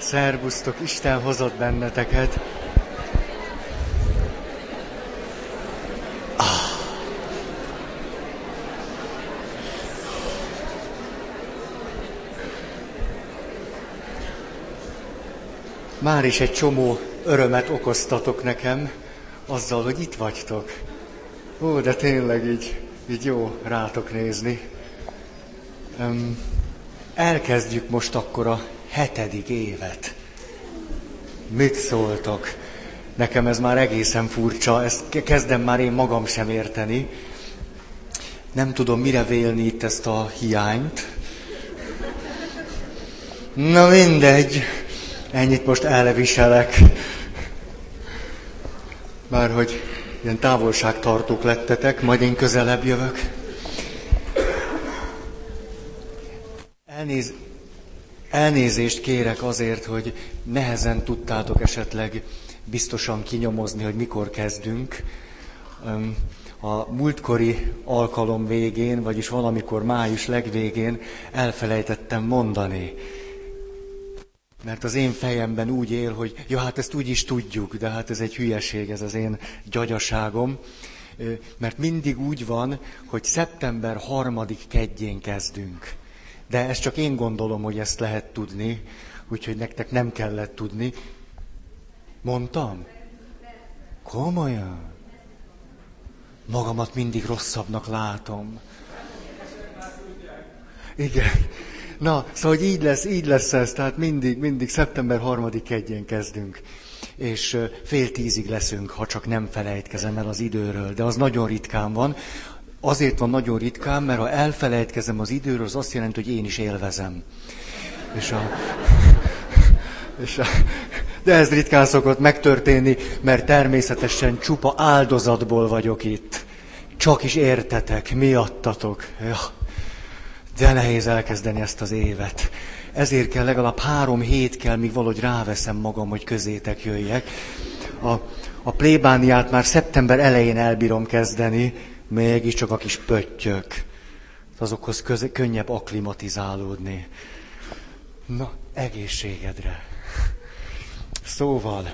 Szerbusztok, Isten hozott benneteket. Már is egy csomó örömet okoztatok nekem, azzal, hogy itt vagytok. Ó, de tényleg így jó rátok nézni. Elkezdjük most akkor a 7. évet. Mit szóltok? Nekem ez már egészen furcsa, ezt kezdem már én magam sem érteni. Nem tudom, mire vélni itt ezt a hiányt. Na mindegy, ennyit most elviselek. Bárhogy ilyen távolságtartók lettetek, majd én közelebb jövök. Elnézést kérek azért, hogy nehezen tudtátok esetleg biztosan kinyomozni, hogy mikor kezdünk. A múltkori alkalom végén, vagyis valamikor május legvégén elfelejtettem mondani. Mert az én fejemben úgy él, hogy ja, hát ezt úgy is tudjuk, de hát ez egy hülyeség, ez az én gyagyaságom. Mert mindig úgy van, hogy szeptember 3. keddjén kezdünk. De ezt csak én gondolom, hogy ezt lehet tudni, úgyhogy nektek nem kellett tudni. Mondtam? Komolyan? Magamat mindig rosszabbnak látom. Igen. Na, szóval hogy így lesz ez, tehát mindig szeptember 3. keddjén kezdünk. És 9:30 leszünk, ha csak nem felejtkezem el az időről, de az nagyon ritkán van. Azért van nagyon ritkán, mert ha elfelejtkezem az időről, az azt jelenti, hogy én is élvezem. De ez ritkán szokott megtörténni, mert természetesen csupa áldozatból vagyok itt. Csak is értetek, miattatok. Ja. De nehéz elkezdeni ezt az évet. Ezért kell legalább 3 hét kell, míg valahogy ráveszem magam, hogy közétek jöjjek. A plébániát már szeptember elején elbírom kezdeni, mégiscsak a kis pöttyök. Azokhoz könnyebb akklimatizálódni. Na, egészségedre. Szóval,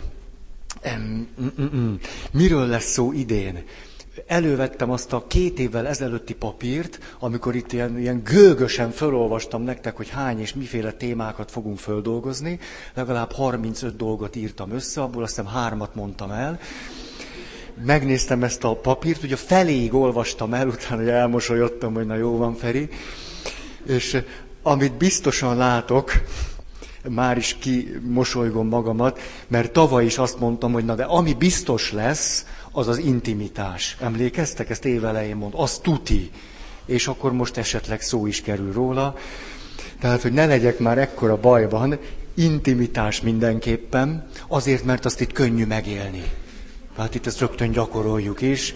miről lesz szó idén? Elővettem azt a 2 évvel ezelőtti papírt, amikor itt ilyen gőgösen felolvastam nektek, hogy hány és miféle témákat fogunk földolgozni. Legalább 35 dolgot írtam össze, abból azt hiszem 3-at mondtam el. Megnéztem ezt a papírt, ugye feléig olvastam el, utána elmosolyodtam, hogy na jó van, Feri. És amit biztosan látok, már is kimosolygom magamat, mert tavaly is azt mondtam, hogy na de ami biztos lesz, az az intimitás. Emlékeztek? Ezt évelején mondtam. Az tuti. És akkor most esetleg szó is kerül róla. Tehát, hogy ne legyek már ekkora bajban, intimitás mindenképpen, azért, mert azt itt könnyű megélni. Hát itt ezt rögtön gyakoroljuk is.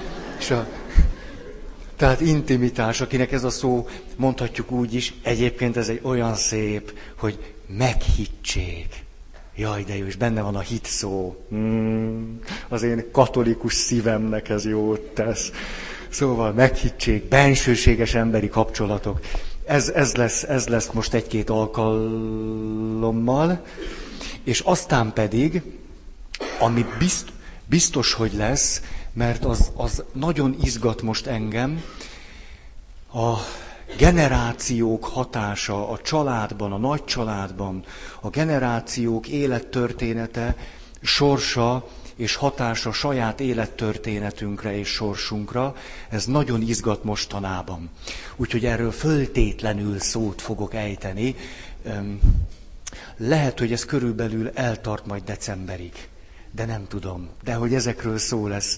Tehát intimitás, akinek ez a szó, mondhatjuk úgy is, egyébként ez egy olyan szép, hogy meghittség. Jaj, de jó, és benne van a hit szó. Az én katolikus szívemnek ez jót tesz. Szóval meghittség, bensőséges emberi kapcsolatok. Ez lesz most 1-2 alkalommal. És aztán pedig, ami biztos, hogy lesz, mert az nagyon izgat most engem, a generációk hatása a családban, a nagy családban, a generációk élettörténete, sorsa és hatása saját élettörténetünkre és sorsunkra, ez nagyon izgat mostanában. Úgyhogy erről föltétlenül szót fogok ejteni. Lehet, hogy ez körülbelül eltart majd decemberig, de nem tudom. De hogy ezekről szó lesz.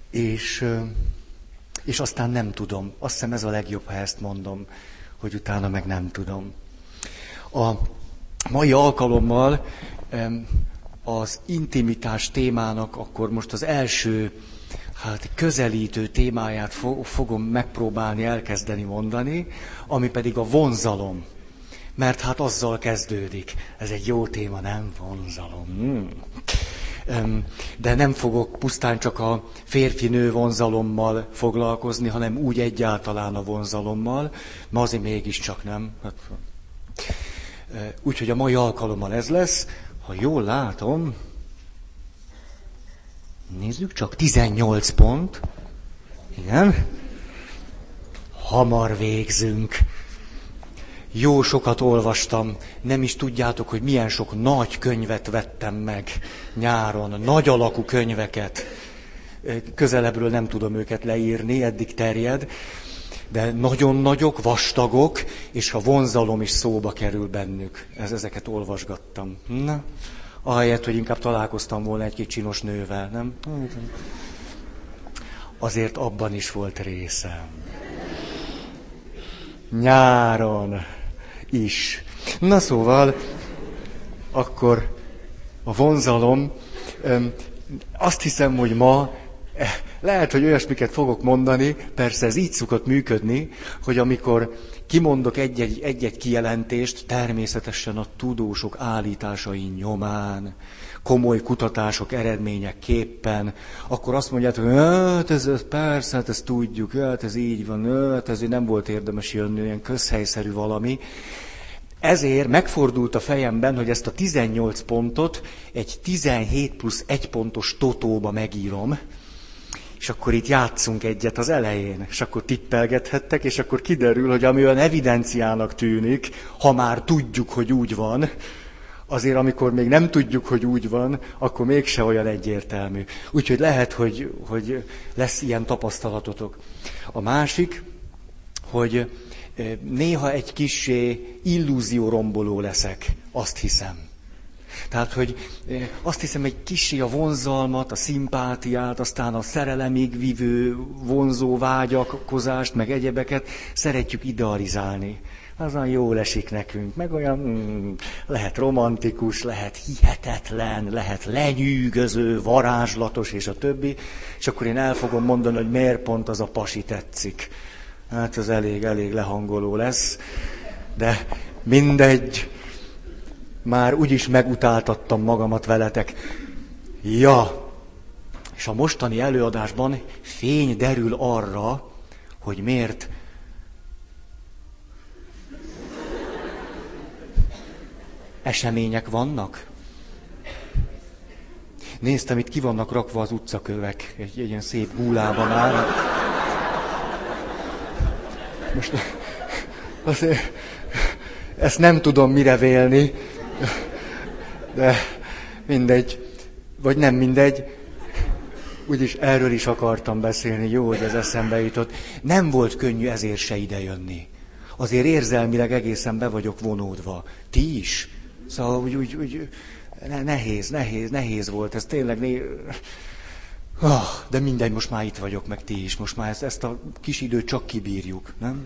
És aztán nem tudom. Azt hiszem ez a legjobb, ha ezt mondom, hogy utána meg nem tudom. A mai alkalommal az intimitás témának akkor most az első közelítő témáját fogom megpróbálni elkezdeni mondani, ami pedig a vonzalom. Mert hát azzal kezdődik. Ez egy jó téma, nem? Vonzalom. De nem fogok pusztán csak a férfi-nő vonzalommal foglalkozni, hanem úgy egyáltalán a vonzalommal, ma azért mégiscsak nem. Úgyhogy a mai alkalommal ez lesz, ha jól látom, nézzük csak, 18 pont. Igen. Hamar végzünk. Jó sokat olvastam, nem is tudjátok, hogy milyen sok nagy könyvet vettem meg nyáron, nagy alakú könyveket. Közelebbről nem tudom őket leírni, eddig terjed, de nagyon nagyok, vastagok, és a vonzalom is szóba kerül bennük. Ezeket olvasgattam. Na, ahelyett, hogy inkább találkoztam volna egy-két csinos nővel, nem? Azért abban is volt részem. Nyáron is. Na szóval, akkor a vonzalom, azt hiszem, hogy ma lehet, hogy olyasmiket fogok mondani, persze ez így szokott működni, hogy amikor kimondok egy-egy kijelentést, természetesen a tudósok állításai nyomán, komoly kutatások eredményeképpen, akkor azt mondjátok, hogy hát ez persze, hát ezt tudjuk, hát ez így van, hát ezért nem volt érdemes jönni, ilyen közhelyszerű valami. Ezért megfordult a fejemben, hogy ezt a 18 pontot egy 17 plusz 1 pontos totóba megírom, és akkor itt játszunk egyet az elején, és akkor tippelgethettek, és akkor kiderül, hogy ami olyan evidenciának tűnik, ha már tudjuk, hogy úgy van, azért amikor még nem tudjuk, hogy úgy van, akkor mégse olyan egyértelmű. Úgyhogy lehet, hogy lesz ilyen tapasztalatotok. A másik, hogy néha egy kissé illúzióromboló leszek, azt hiszem. Tehát, hogy azt hiszem, egy kissé a vonzalmat, a szimpátiát, aztán a szerelemig vívő vonzó vágyakozást, meg egyebeket szeretjük idealizálni. Azon jól esik nekünk, meg olyan lehet romantikus, lehet hihetetlen, lehet lenyűgöző, varázslatos, és a többi. És akkor én el fogom mondani, hogy miért pont az a pasi tetszik. Hát ez elég lehangoló lesz, de mindegy. Már úgyis megutáltattam magamat veletek. Ja, és a mostani előadásban fény derül arra, hogy miért események vannak. Néztem, itt ki vannak rakva az utcakövek, egy ilyen szép gúlában már. Most azért ezt nem tudom mire vélni, de mindegy, vagy nem mindegy, úgyis erről is akartam beszélni, jó, hogy ez eszembe jutott. Nem volt könnyű ezért se idejönni. Azért érzelmileg egészen be vagyok vonódva. Ti is? Szóval úgy nehéz volt, ez tényleg de mindegy, most már itt vagyok, meg ti is, most már ezt a kis időt csak kibírjuk, nem?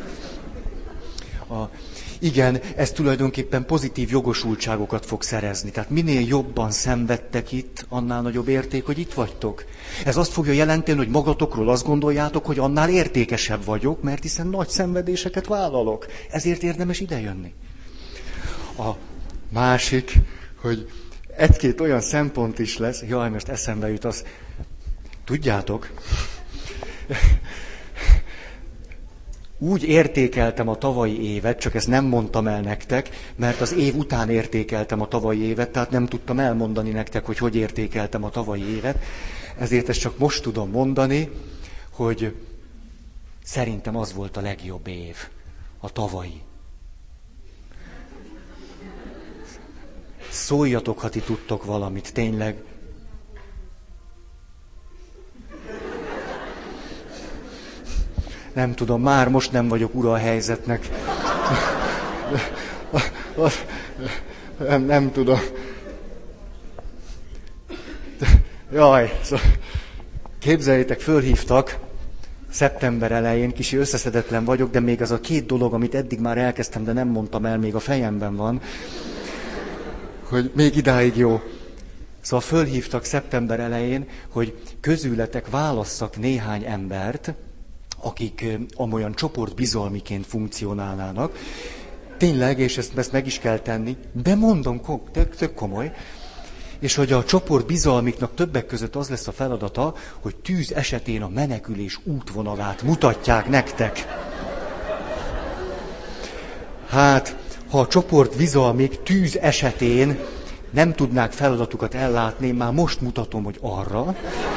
Igen, ez tulajdonképpen pozitív jogosultságokat fog szerezni. Tehát minél jobban szenvedtek itt, annál nagyobb érték, hogy itt vagytok. Ez azt fogja jelenteni, hogy magatokról azt gondoljátok, hogy annál értékesebb vagyok, mert hiszen nagy szenvedéseket vállalok. Ezért érdemes idejönni. A másik, hogy egy-két olyan szempont is lesz, jaj, most eszembe jut az, tudjátok, úgy értékeltem a tavalyi évet, csak ezt nem mondtam el nektek, mert az év után értékeltem a tavalyi évet, tehát nem tudtam elmondani nektek, hogy értékeltem a tavalyi évet. Ezért ezt csak most tudom mondani, hogy szerintem az volt a legjobb év, a tavalyi. Szóljatok, ha ti tudtok valamit, tényleg. Nem tudom, már most nem vagyok ura a helyzetnek. Nem tudom. Jaj, képzeljétek, fölhívtak szeptember elején, kicsi összeszedetlen vagyok, de még az a 2 dolog, amit eddig már elkezdtem, de nem mondtam el, még a fejemben van, hogy még idáig jó. Szóval fölhívtak szeptember elején, hogy közületek válasszak néhány embert, akik amolyan csoportbizalmiként funkcionálnának. Tényleg, és ezt meg is kell tenni, de mondom, tök komoly, és hogy a csoportbizalmiknak többek között az lesz a feladata, hogy tűz esetén a menekülés útvonalát mutatják nektek. Hát, ha a csoport bizalmig tűz esetén nem tudnák feladatukat ellátni, már most mutatom, hogy arra,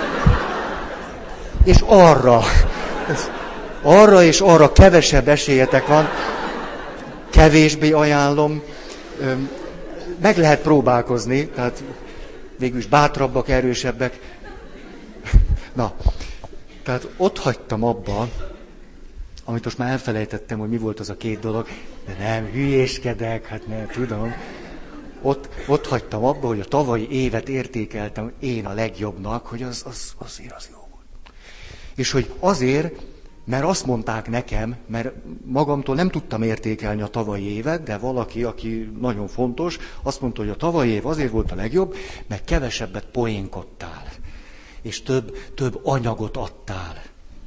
és arra. Arra és arra kevesebb esélyetek van, kevésbé ajánlom. Meg lehet próbálkozni, tehát végül is bátrabbak, erősebbek. Na, tehát ott hagytam abba, amit most már elfelejtettem, hogy mi volt az a két dolog, de nem, hülyéskedek, hát nem, tudom. Ott hagytam abba, hogy a tavalyi évet értékeltem én a legjobbnak, hogy azért az jó volt. És hogy azért, mert azt mondták nekem, mert magamtól nem tudtam értékelni a tavalyi évet, de valaki, aki nagyon fontos, azt mondta, hogy a tavalyi év azért volt a legjobb, mert kevesebbet poénkodtál, és több anyagot adtál.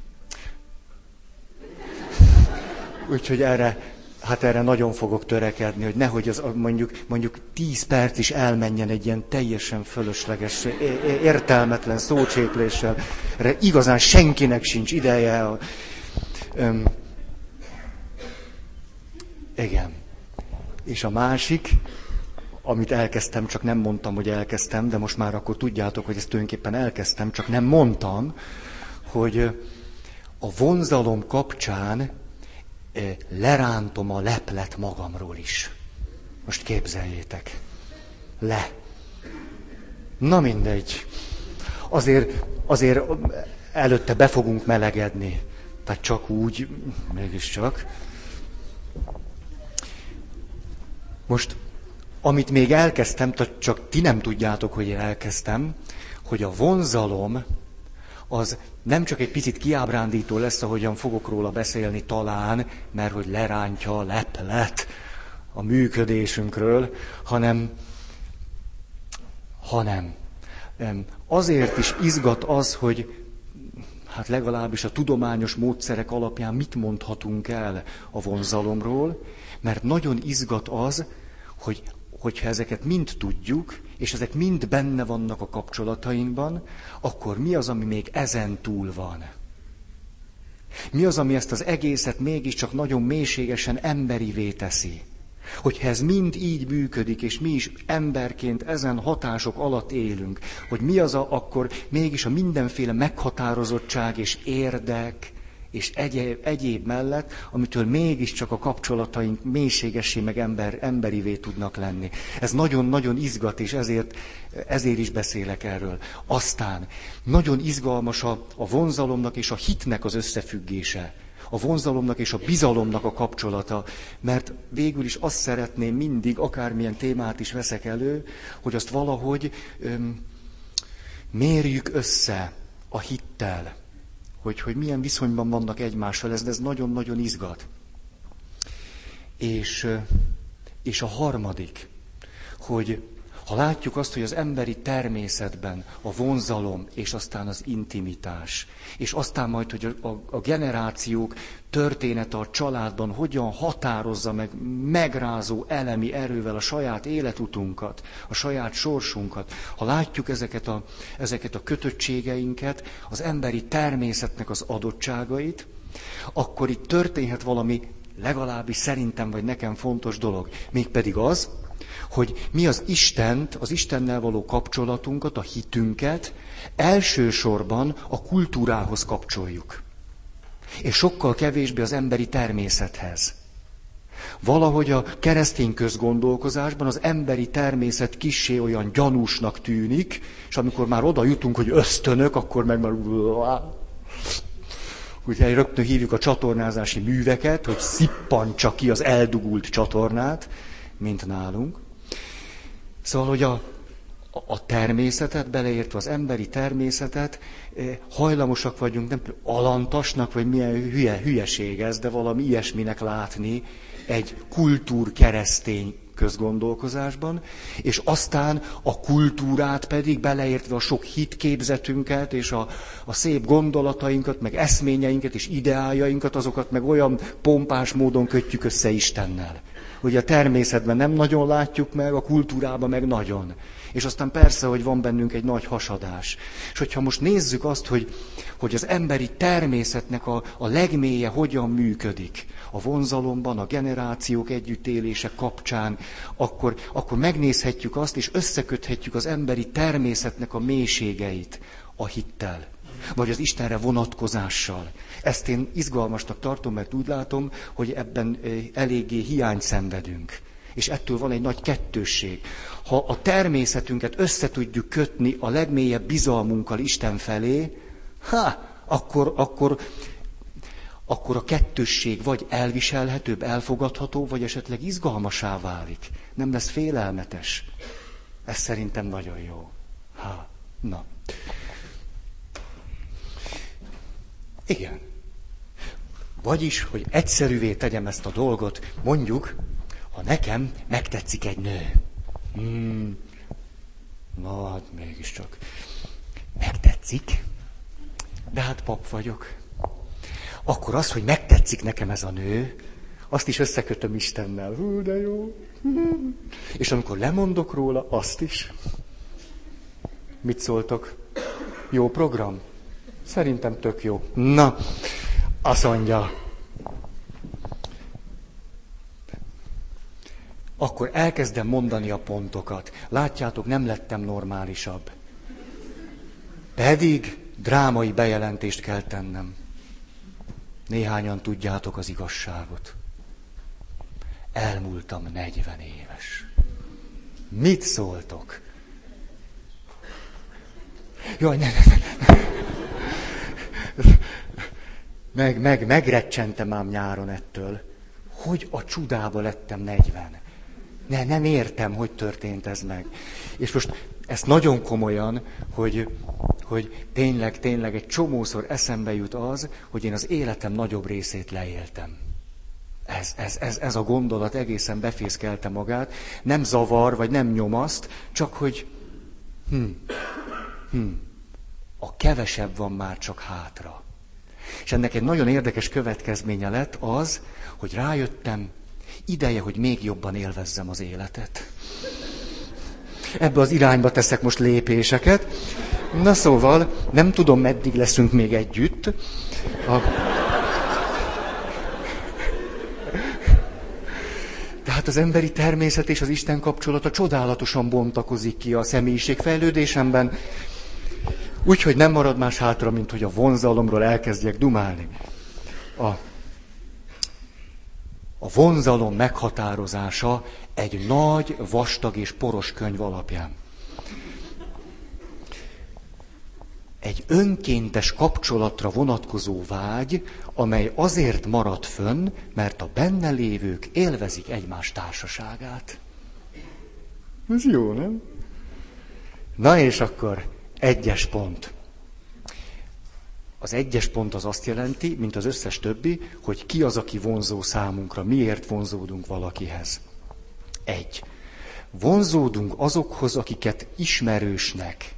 Úgyhogy erre nagyon fogok törekedni, hogy nehogy az mondjuk 10 perc is elmenjen egy ilyen teljesen fölösleges, értelmetlen szócsépléssel. Erre igazán senkinek sincs ideje. Igen. És a másik, amit elkezdtem, csak nem mondtam, hogy elkezdtem, de most már akkor tudjátok, hogy ezt tulajdonképpen elkezdtem, csak nem mondtam, hogy a vonzalom kapcsán lerántom a leplet magamról is. Most képzeljétek. Na mindegy. Azért előtte be fogunk melegedni. Tehát csak úgy, mégiscsak. Most, amit még elkezdtem, csak ti nem tudjátok, hogy én elkezdtem, hogy a vonzalom az nem csak egy picit kiábrándító lesz, ahogyan fogok róla beszélni talán, mert hogy lerántja a leplet a működésünkről, hanem azért is izgat az, hogy hát legalábbis a tudományos módszerek alapján mit mondhatunk el a vonzalomról, mert nagyon izgat az, hogyha ezeket mind tudjuk, és ezek mind benne vannak a kapcsolatainkban, akkor mi az, ami még ezen túl van? Mi az, ami ezt az egészet mégiscsak nagyon mélységesen emberivé teszi? Hogyha ez mind így működik, és mi is emberként ezen hatások alatt élünk, hogy mi az akkor mégis a mindenféle meghatározottság és érdek, és egyéb mellett, amitől mégiscsak a kapcsolataink mélységessé meg emberivé tudnak lenni. Ez nagyon-nagyon izgat, és ezért is beszélek erről. Aztán nagyon izgalmas a vonzalomnak és a hitnek az összefüggése. A vonzalomnak és a bizalomnak a kapcsolata, mert végül is azt szeretném mindig, akármilyen témát is veszek elő, hogy azt valahogy mérjük össze a hittel. Hogy milyen viszonyban vannak egymással, ez nagyon-nagyon izgat. És a harmadik, hogy ha látjuk azt, hogy az emberi természetben a vonzalom, és aztán az intimitás, és aztán majd, hogy a generációk története a családban hogyan határozza meg megrázó elemi erővel a saját életutunkat, a saját sorsunkat, ha látjuk ezeket a kötöttségeinket, az emberi természetnek az adottságait, akkor itt történhet valami legalábbis szerintem vagy nekem fontos dolog. Mégpedig az, hogy mi az Istent, az Istennel való kapcsolatunkat, a hitünket elsősorban a kultúrához kapcsoljuk. És sokkal kevésbé az emberi természethez. Valahogy a keresztény közgondolkozásban az emberi természet kissé olyan gyanúsnak tűnik, és amikor már oda jutunk, hogy ösztönök, akkor meg már... Úgyhogy rögtön hívjuk a csatornázási műveket, hogy szippantsa ki az eldugult csatornát, mint nálunk. Szóval, hogy a természetet, beleértve az emberi természetet, hajlamosak vagyunk, nem alantasnak, vagy milyen hülyeség ez, de valami ilyesminek látni egy kultúrkeresztény közgondolkozásban, és aztán a kultúrát pedig beleértve a sok hitképzetünket, és a szép gondolatainkat, meg eszményeinket, és ideájainkat, azokat meg olyan pompás módon kötjük össze Istennel. hogy a természetben nem nagyon látjuk meg, a kultúrában meg nagyon. És aztán persze, hogy van bennünk egy nagy hasadás. És hogyha most nézzük azt, hogy az emberi természetnek a legmélye hogyan működik, a vonzalomban, a generációk együttélése kapcsán, akkor megnézhetjük azt, és összeköthetjük az emberi természetnek a mélységeit a hittel, vagy az Istenre vonatkozással. Ezt én izgalmasnak tartom, mert úgy látom, hogy ebben eléggé hiányt szenvedünk. És ettől van egy nagy kettősség. Ha a természetünket összetudjuk kötni a legmélyebb bizalmunkkal Isten felé, akkor a kettősség vagy elviselhetőbb, elfogadható, vagy esetleg izgalmasá válik. Nem lesz félelmetes. Ez szerintem nagyon jó. Na. Igen. Vagyis, hogy egyszerűvé tegyem ezt a dolgot, mondjuk, ha nekem megtetszik egy nő. Na, hát mégiscsak. Megtetszik, de hát pap vagyok. Akkor az, hogy megtetszik nekem ez a nő, azt is összekötöm Istennel. Hú, de jó. És amikor lemondok róla, azt is. Mit szóltok? Jó program? Szerintem tök jó. Na, azt mondja. Akkor elkezdem mondani a pontokat. Látjátok, nem lettem normálisabb. Pedig drámai bejelentést kell tennem. Néhányan tudjátok az igazságot. Elmúltam 40 éves. Mit szóltok? Jaj, megrecsentem ám nyáron ettől. Hogy a csudába lettem 40? Nem értem, hogy történt ez meg. És most ezt nagyon komolyan, hogy tényleg egy csomószor eszembe jut az, hogy én az életem nagyobb részét leéltem. Ez a gondolat egészen befészkelte magát. Nem zavar, vagy nem nyomaszt, csak hogy a kevesebb van már csak hátra. És ennek egy nagyon érdekes következménye lett az, hogy rájöttem, ideje, hogy még jobban élvezzem az életet. Ebbe az irányba teszek most lépéseket. Na szóval, nem tudom, meddig leszünk még együtt. Tehát az emberi természet és az Isten kapcsolata csodálatosan bontakozik ki a személyiségfejlődésemben. Úgyhogy nem marad más hátra, mint hogy a vonzalomról elkezdjek dumálni. A vonzalom meghatározása egy nagy, vastag és poros könyv alapján. Egy önkéntes kapcsolatra vonatkozó vágy, amely azért marad fönn, mert a benne lévők élvezik egymás társaságát. Ez jó, nem? Na és akkor 1. pont. Az 1. pont az azt jelenti, mint az összes többi, hogy ki az, aki vonzó számunkra, miért vonzódunk valakihez. 1. Vonzódunk azokhoz, akiket ismerősnek,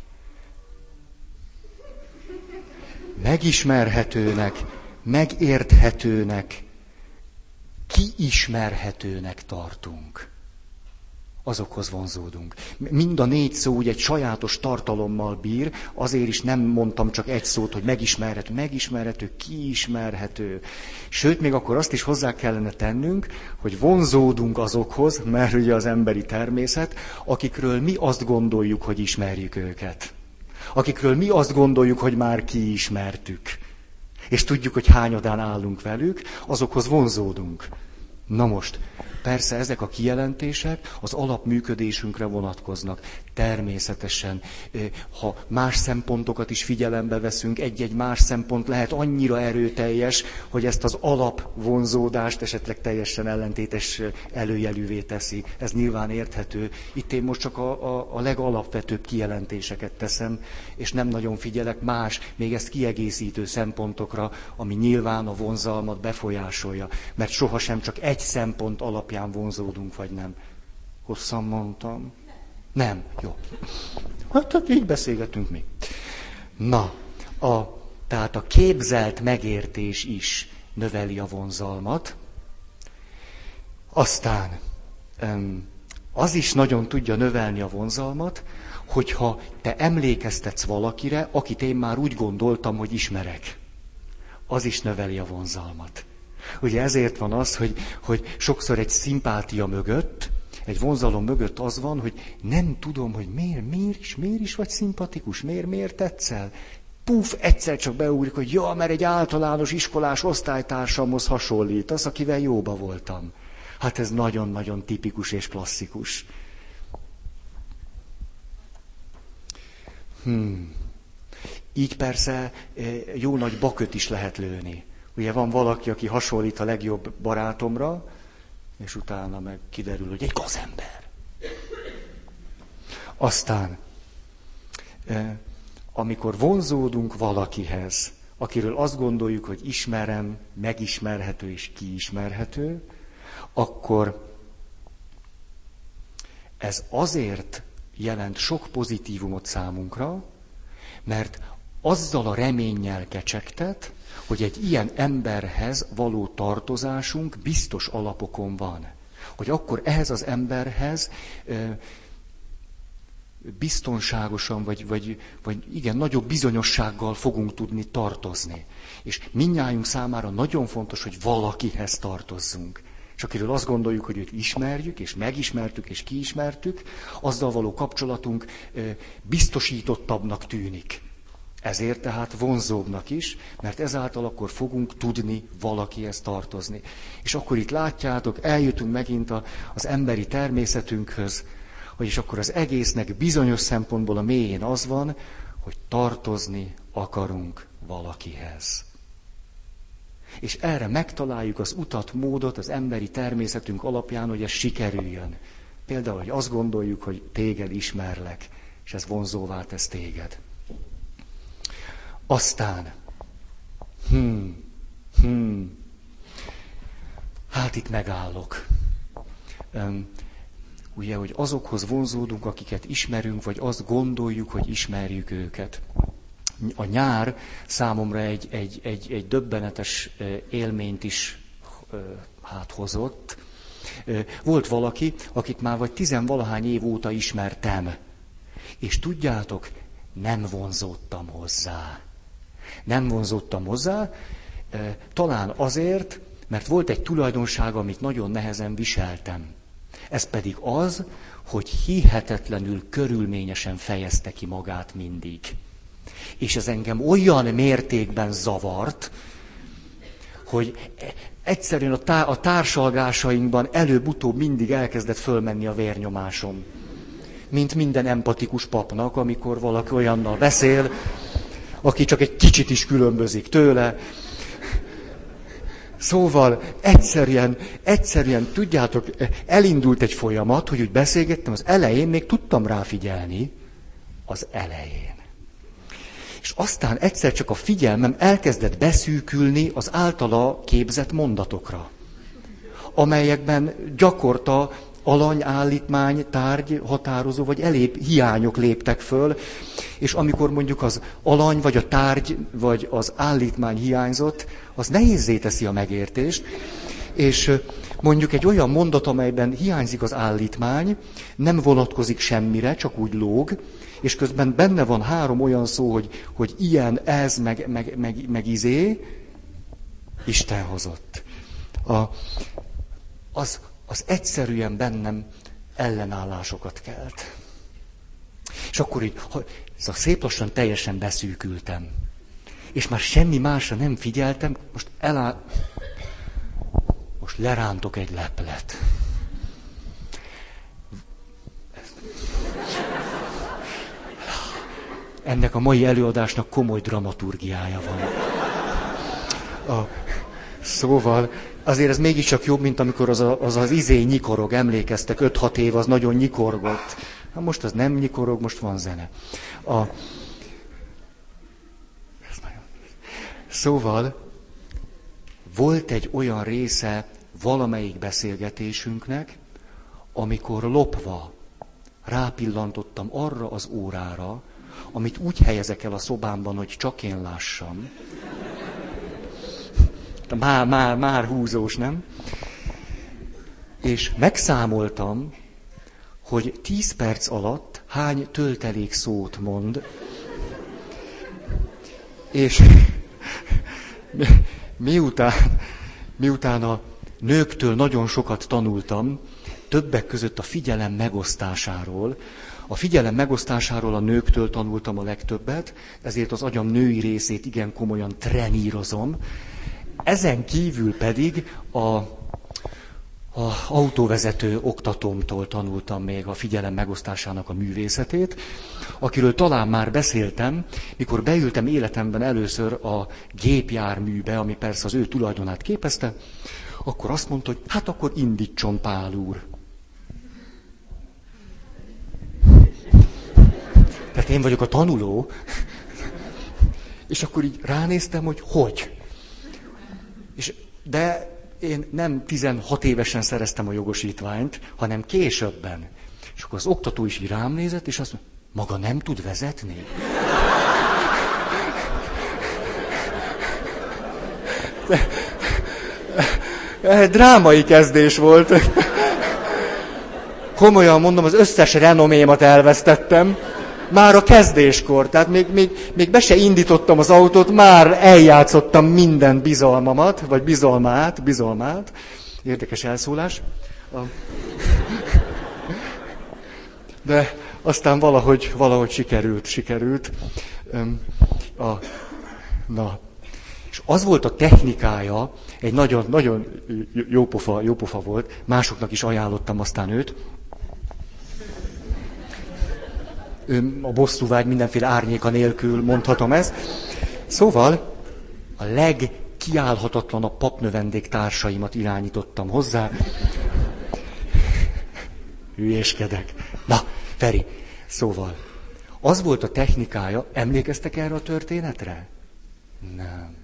megismerhetőnek, megérthetőnek, kiismerhetőnek tartunk. Azokhoz vonzódunk. Mind a 4 szó úgy egy sajátos tartalommal bír, azért is nem mondtam csak egy szót, hogy megismerhető, kiismerhető. Sőt, még akkor azt is hozzá kellene tennünk, hogy vonzódunk azokhoz, mert ugye az emberi természet, akikről mi azt gondoljuk, hogy ismerjük őket. Akikről mi azt gondoljuk, hogy már kiismertük. És tudjuk, hogy hányadán állunk velük, azokhoz vonzódunk. Na most, persze ezek a kijelentések az alapműködésünkre vonatkoznak. Természetesen, ha más szempontokat is figyelembe veszünk, egy-egy más szempont lehet annyira erőteljes, hogy ezt az alapvonzódást esetleg teljesen ellentétes előjelűvé teszi. Ez nyilván érthető. Itt én most csak a legalapvetőbb kijelentéseket teszem, és nem nagyon figyelek más, még ezt kiegészítő szempontokra, ami nyilván a vonzalmat befolyásolja. Mert sohasem csak egy szempont alapján vonzódunk, vagy nem. Hosszan mondtam. Nem, jó. Hát így beszélgetünk mi. Na, tehát a képzelt megértés is növeli a vonzalmat. Aztán Az is nagyon tudja növelni a vonzalmat, hogyha te emlékeztetsz valakire, akit én már úgy gondoltam, hogy ismerek. Az is növeli a vonzalmat. Ugye ezért van az, hogy sokszor egy szimpátia mögött, egy vonzalom mögött az van, hogy nem tudom, hogy miért is vagy szimpatikus, miért tetszel. Puf, egyszer csak beugrik, hogy ja, mert egy általános iskolás osztálytársamhoz hasonlít, az, akivel jóba voltam. Hát ez nagyon-nagyon tipikus és klasszikus. Így persze jó nagy baköt is lehet lőni. Ugye van valaki, aki hasonlít a legjobb barátomra, és utána meg kiderül, hogy egy gazember. Aztán, amikor vonzódunk valakihez, akiről azt gondoljuk, hogy ismerem, megismerhető és kiismerhető, akkor ez azért jelent sok pozitívumot számunkra, mert azzal a reménnyel kecsegtet, hogy egy ilyen emberhez való tartozásunk biztos alapokon van. Hogy akkor ehhez az emberhez biztonságosan, vagy igen, nagyobb bizonyossággal fogunk tudni tartozni. És mindnyájunk számára nagyon fontos, hogy valakihez tartozzunk. És akiről azt gondoljuk, hogy őt ismerjük, és megismertük, és kiismertük, azzal való kapcsolatunk biztosítottabbnak tűnik. Ezért tehát vonzóbbnak is, mert ezáltal akkor fogunk tudni valakihez tartozni. És akkor itt látjátok, eljutunk megint az emberi természetünkhöz, vagyis akkor az egésznek bizonyos szempontból a mélyén az van, hogy tartozni akarunk valakihez. És erre megtaláljuk az utat, módot az emberi természetünk alapján, hogy ez sikerüljön. Például, hogy azt gondoljuk, hogy téged ismerlek, és ez vonzóvá tesz téged. Aztán, hát itt megállok. Ugye, hogy azokhoz vonzódunk, akiket ismerünk, vagy azt gondoljuk, hogy ismerjük őket. A nyár számomra egy döbbenetes élményt is hozott. Volt valaki, akit már vagy 10-valahány év óta ismertem. És tudjátok, nem vonzódtam hozzá. Nem vonzódtam hozzá, talán azért, mert volt egy tulajdonsága, amit nagyon nehezen viseltem. Ez pedig az, hogy hihetetlenül körülményesen fejezte ki magát mindig. És ez engem olyan mértékben zavart, hogy egyszerűen a társalgásainkban előbb-utóbb mindig elkezdett fölmenni a vérnyomásom. Mint minden empatikus papnak, amikor valaki olyannal beszél, aki csak egy kicsit is különbözik tőle. Szóval egyszerűen, tudjátok, elindult egy folyamat, hogy úgy beszélgettem, az elején még tudtam rá figyelni, az elején. És aztán egyszer csak a figyelmem elkezdett beszűkülni az általa képzett mondatokra, amelyekben gyakorta alany, állítmány, tárgy, határozó vagy elébb hiányok léptek föl, és amikor mondjuk az alany, vagy a tárgy, vagy az állítmány hiányzott, az nehézzé teszi a megértést, és mondjuk egy olyan mondat, amelyben hiányzik az állítmány, nem vonatkozik semmire, csak úgy lóg, és közben benne van 3 olyan szó, hogy ilyen, ez, meg izé, Isten hozott. Az egyszerűen bennem ellenállásokat kelt. És akkor így, szép lassan teljesen beszűkültem. És már semmi másra nem figyeltem, most lerántok egy leplet. Ennek a mai előadásnak komoly dramaturgiája van. Szóval azért ez mégiscsak jobb, mint amikor az izé nyikorog, emlékeztek, 5-6 év az nagyon nyikorgott. Hát most az nem nyikorog, most van zene. Szóval volt egy olyan része valamelyik beszélgetésünknek, amikor lopva rápillantottam arra az órára, amit úgy helyezek el a szobámban, hogy csak én lássam. Már húzós, nem? És megszámoltam, hogy 10 perc alatt hány töltelék szót mond, és miután a nőktől nagyon sokat tanultam, többek között a figyelem megosztásáról. A figyelem megosztásáról a nőktől tanultam a legtöbbet, ezért az agyam női részét igen komolyan trenírozom. Ezen kívül pedig a autóvezető oktatómtól tanultam még a figyelem megosztásának a művészetét, akiről talán már beszéltem, mikor beültem életemben először a gépjárműbe, ami persze az ő tulajdonát képezte, akkor azt mondta, hogy hát akkor indítson Pál úr. Tehát én vagyok a tanuló, és akkor így ránéztem, hogy. De én nem 16 évesen szereztem a jogosítványt, hanem későbben. És akkor az oktató is így rám nézett, és azt mondta, maga nem tud vezetni? Drámai kezdés volt. Komolyan mondom, az összes renomémat elvesztettem. Már a kezdéskor, tehát még be se indítottam az autót, már eljátszottam minden bizalmamat, vagy bizalmát. Érdekes elszólás. De aztán valahogy sikerült. És az volt a technikája, egy nagyon jópofa volt, másoknak is ajánlottam aztán őt. A bosszúvágy mindenféle árnyéka nélkül mondhatom ezt. Szóval a legkiállhatatlanabb papnövendék társaimat irányítottam hozzá. Hülyéskedek. Na, Feri, szóval az volt a technikája, emlékeztek erre a történetre? Nem.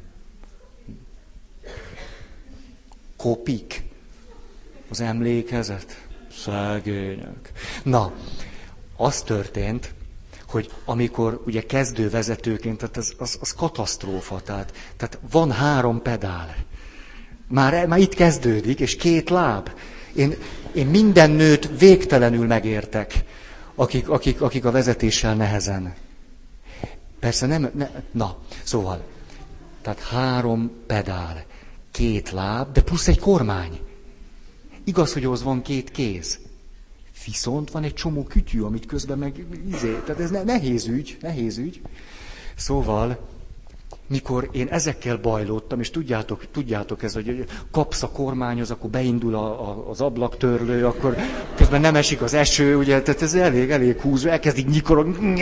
Kopik. Az emlékezet. Szegények. Na, az történt, hogy amikor ugye kezdővezetőként, tehát az katasztrófa, tehát van 3 pedál. Már itt kezdődik, és 2 láb. Én minden nőt végtelenül megértek, akik a vezetéssel nehezen. Persze szóval, tehát 3 pedál, 2 láb, de plusz egy kormány. Igaz, hogy ahhoz van 2 kéz. Viszont van egy csomó kütyű, amit közben meg tehát ez nehéz ügy. Szóval, mikor én ezekkel bajlottam, és tudjátok ez, hogy kapsz a kormányhoz, akkor beindul az ablaktörlő, akkor közben nem esik az eső, ugye, tehát ez elég húzó, elkezdik nyikorogni.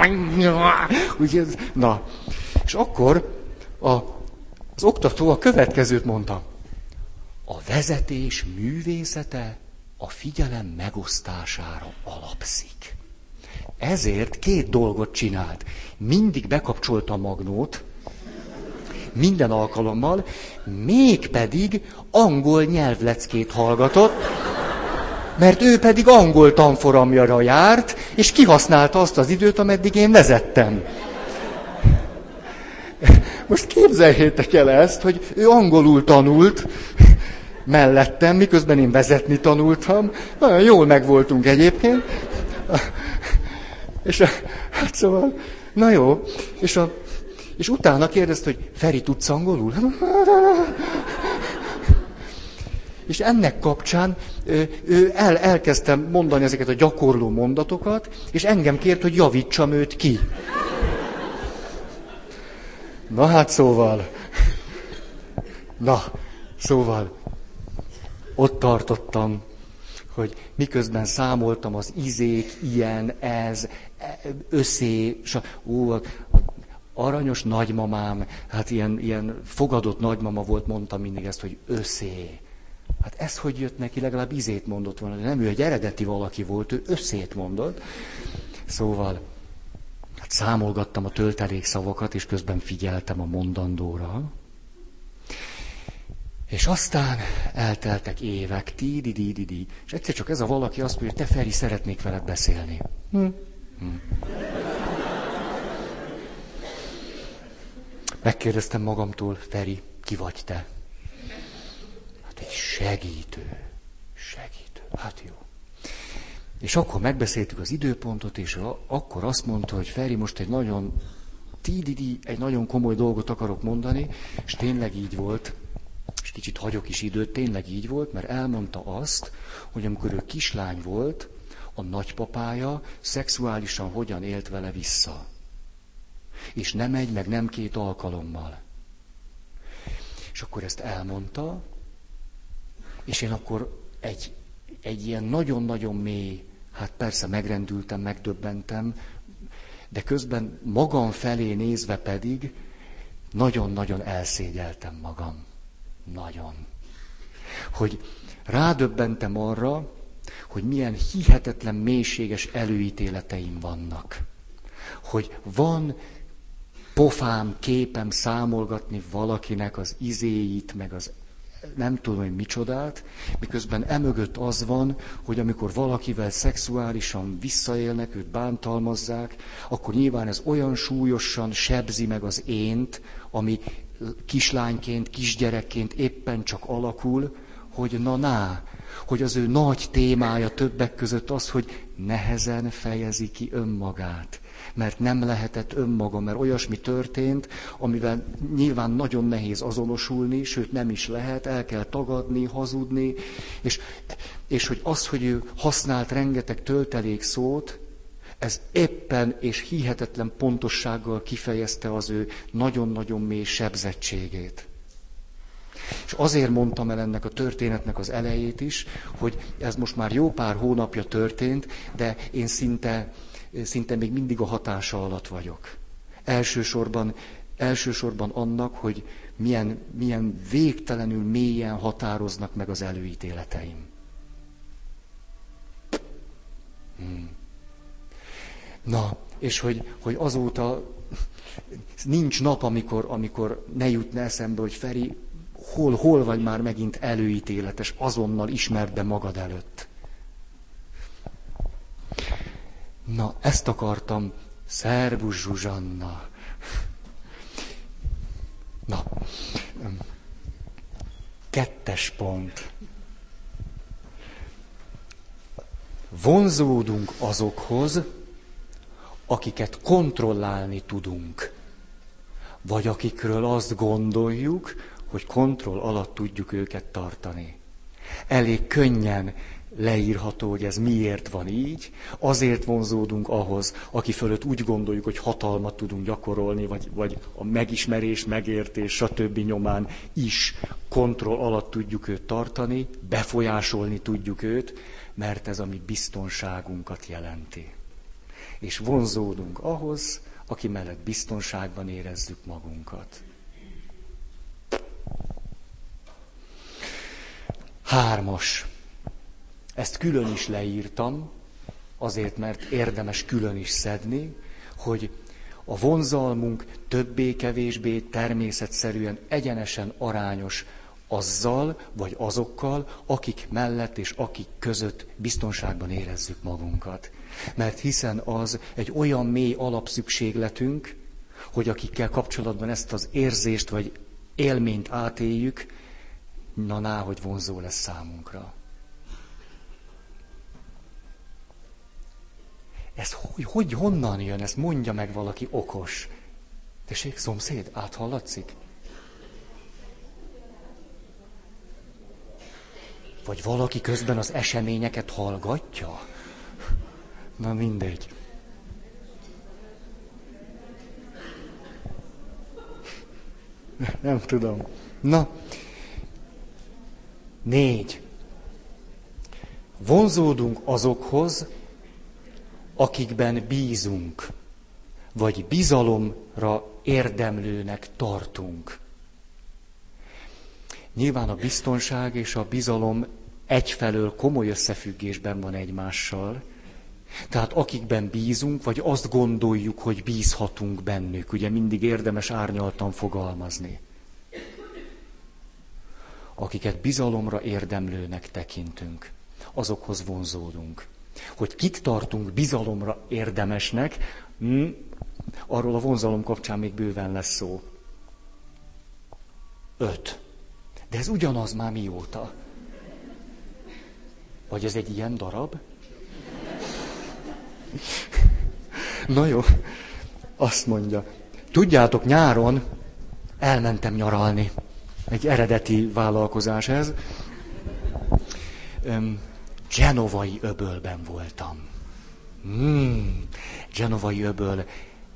Na, és akkor az oktató a következőt mondta. A vezetés művészete a figyelem megosztására alapszik. Ezért 2 dolgot csinált. Mindig bekapcsolta a magnót, minden alkalommal, mégpedig angol nyelvleckét hallgatott, mert ő pedig angol tanfolyamra járt, és kihasználta azt az időt, ameddig én vezettem. Most képzeljétek el ezt, hogy ő angolul tanult, mellettem, miközben én vezetni tanultam. Nagyon jól megvoltunk egyébként. És hát szóval, na jó. És utána kérdezte, hogy Feri, tudsz angolul? És ennek kapcsán ő elkezdtem mondani ezeket a gyakorló mondatokat, és engem kért, hogy javítsam őt ki. Na hát szóval, ott tartottam, hogy miközben számoltam az izék, ilyen, ez, összé, aranyos nagymamám, hát ilyen fogadott nagymama volt, mondtam mindig ezt, hogy összé. Hát ez hogy jött neki, legalább izét mondott volna, de nem ő egy eredeti valaki volt, ő összét mondott. Szóval, hát számolgattam a töltelékszavakat, és közben figyeltem a mondandóra. És aztán elteltek évek, és egyszer csak ez a valaki azt mondja, te Feri, szeretnék veled beszélni. Megkérdeztem magamtól, Feri, ki vagy te? Hát egy segítő. Segítő. Hát jó. És akkor megbeszéltük az időpontot, és akkor azt mondta, hogy Feri, most egy nagyon komoly dolgot akarok mondani, és tényleg így volt, és kicsit hagyok is időt, tényleg így volt, mert elmondta azt, hogy amikor ő kislány volt, a nagypapája szexuálisan hogyan élt vele vissza. És nem egy, meg nem 2 alkalommal. És akkor ezt elmondta, és én akkor egy ilyen nagyon-nagyon mély, hát persze megrendültem, megdöbbentem, de közben magam felé nézve pedig nagyon-nagyon elszégyeltem magam. Nagyon. Hogy rádöbbentem arra, hogy milyen hihetetlen mélységes előítéleteim vannak. Hogy van pofám, képem számolgatni valakinek az izéit, meg az nem tudom, hogy micsodát, miközben emögött az van, hogy amikor valakivel szexuálisan visszaélnek, őt bántalmazzák, akkor nyilván ez olyan súlyosan sebzi meg az ént, ami kislányként, kisgyerekként éppen csak alakul, hogy hogy az ő nagy témája többek között az, hogy nehezen fejezi ki önmagát. Mert nem lehetett önmaga, mert olyasmi történt, amivel nyilván nagyon nehéz azonosulni, sőt nem is lehet, el kell tagadni, hazudni, és hogy az, hogy ő használt rengeteg töltelék szót, ez éppen és hihetetlen pontossággal kifejezte az ő nagyon-nagyon mély sebzettségét. És azért mondtam el ennek a történetnek az elejét is, hogy ez most már jó pár hónapja történt, de én szinte még mindig a hatása alatt vagyok. Elsősorban annak, hogy milyen végtelenül mélyen határoznak meg az előítéleteim. Na, és hogy azóta nincs nap, amikor ne jutna eszembe, hogy Feri, hol vagy már megint előítéletes, azonnal ismerd be magad előtt. Na, ezt akartam. Szervusz, Zsuzsanna. Na, 2. pont. Vonzódunk azokhoz, akiket kontrollálni tudunk. Vagy akikről azt gondoljuk, hogy kontroll alatt tudjuk őket tartani. Elég könnyen leírható, hogy ez miért van így. Azért vonzódunk ahhoz, aki fölött úgy gondoljuk, hogy hatalmat tudunk gyakorolni, vagy a megismerés, megértés, stb. Nyomán is kontroll alatt tudjuk őt tartani, befolyásolni tudjuk őt, mert ez a mi biztonságunkat jelenti. És vonzódunk ahhoz, aki mellett biztonságban érezzük magunkat. 3. Ezt külön is leírtam, azért, mert érdemes külön is szedni, hogy a vonzalmunk többé-kevésbé természetszerűen egyenesen arányos azzal, vagy azokkal, akik mellett és akik között biztonságban érezzük magunkat. Mert hiszen az egy olyan mély alapszükségletünk, hogy akikkel kapcsolatban ezt az érzést vagy élményt átéljük, hogy vonzó lesz számunkra. Ez honnan jön? Ezt mondja meg valaki okos. Tessék, szomszéd, áthallatszik? Vagy valaki közben az eseményeket hallgatja? Na mindegy. Nem tudom. Na. 4. Vonzódunk azokhoz, akikben bízunk, vagy bizalomra érdemlőnek tartunk. Nyilván a biztonság és a bizalom egyfelől komoly összefüggésben van egymással. Tehát akikben bízunk, vagy azt gondoljuk, hogy bízhatunk bennük. Ugye mindig érdemes árnyaltan fogalmazni. Akiket bizalomra érdemlőnek tekintünk, azokhoz vonzódunk. Hogy kit tartunk bizalomra érdemesnek, arról a vonzalom kapcsán még bőven lesz szó. 5. De ez ugyanaz már mióta. Vagy ez egy ilyen darab? Na jó, azt mondja. Tudjátok, nyáron elmentem nyaralni. Egy eredeti vállalkozás ez. Genovai öbölben voltam. Genovai öböl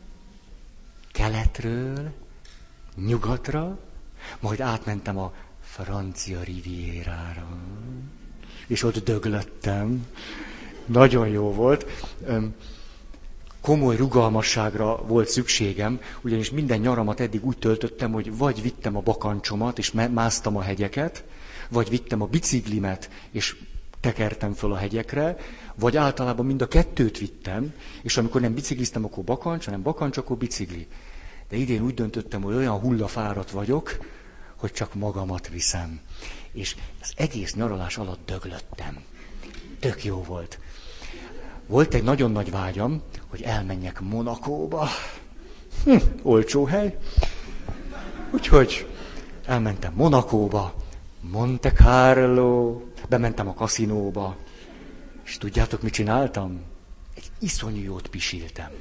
keletről, nyugatra, majd átmentem a francia rivierára. És ott döglöttem. Nagyon jó volt. Komoly rugalmasságra volt szükségem, ugyanis minden nyaramat eddig úgy töltöttem, hogy vagy vittem a bakancsomat, és másztam a hegyeket, vagy vittem a biciklimet, és tekertem föl a hegyekre, vagy általában mind a kettőt vittem, és amikor nem bicikliztem, akkor bakancs, hanem bakancs, akkor bicikli. De idén úgy döntöttem, hogy olyan hullafáradt vagyok, hogy csak magamat viszem. És az egész nyaralás alatt döglöttem. Tök jó volt. Volt egy nagyon nagy vágyam, hogy elmenjek Monacóba. Olcsó hely. Úgyhogy elmentem Monacóba, Monte Carlo, bementem a kaszinóba, és tudjátok, mit csináltam? Egy iszonyú jót pisiltem.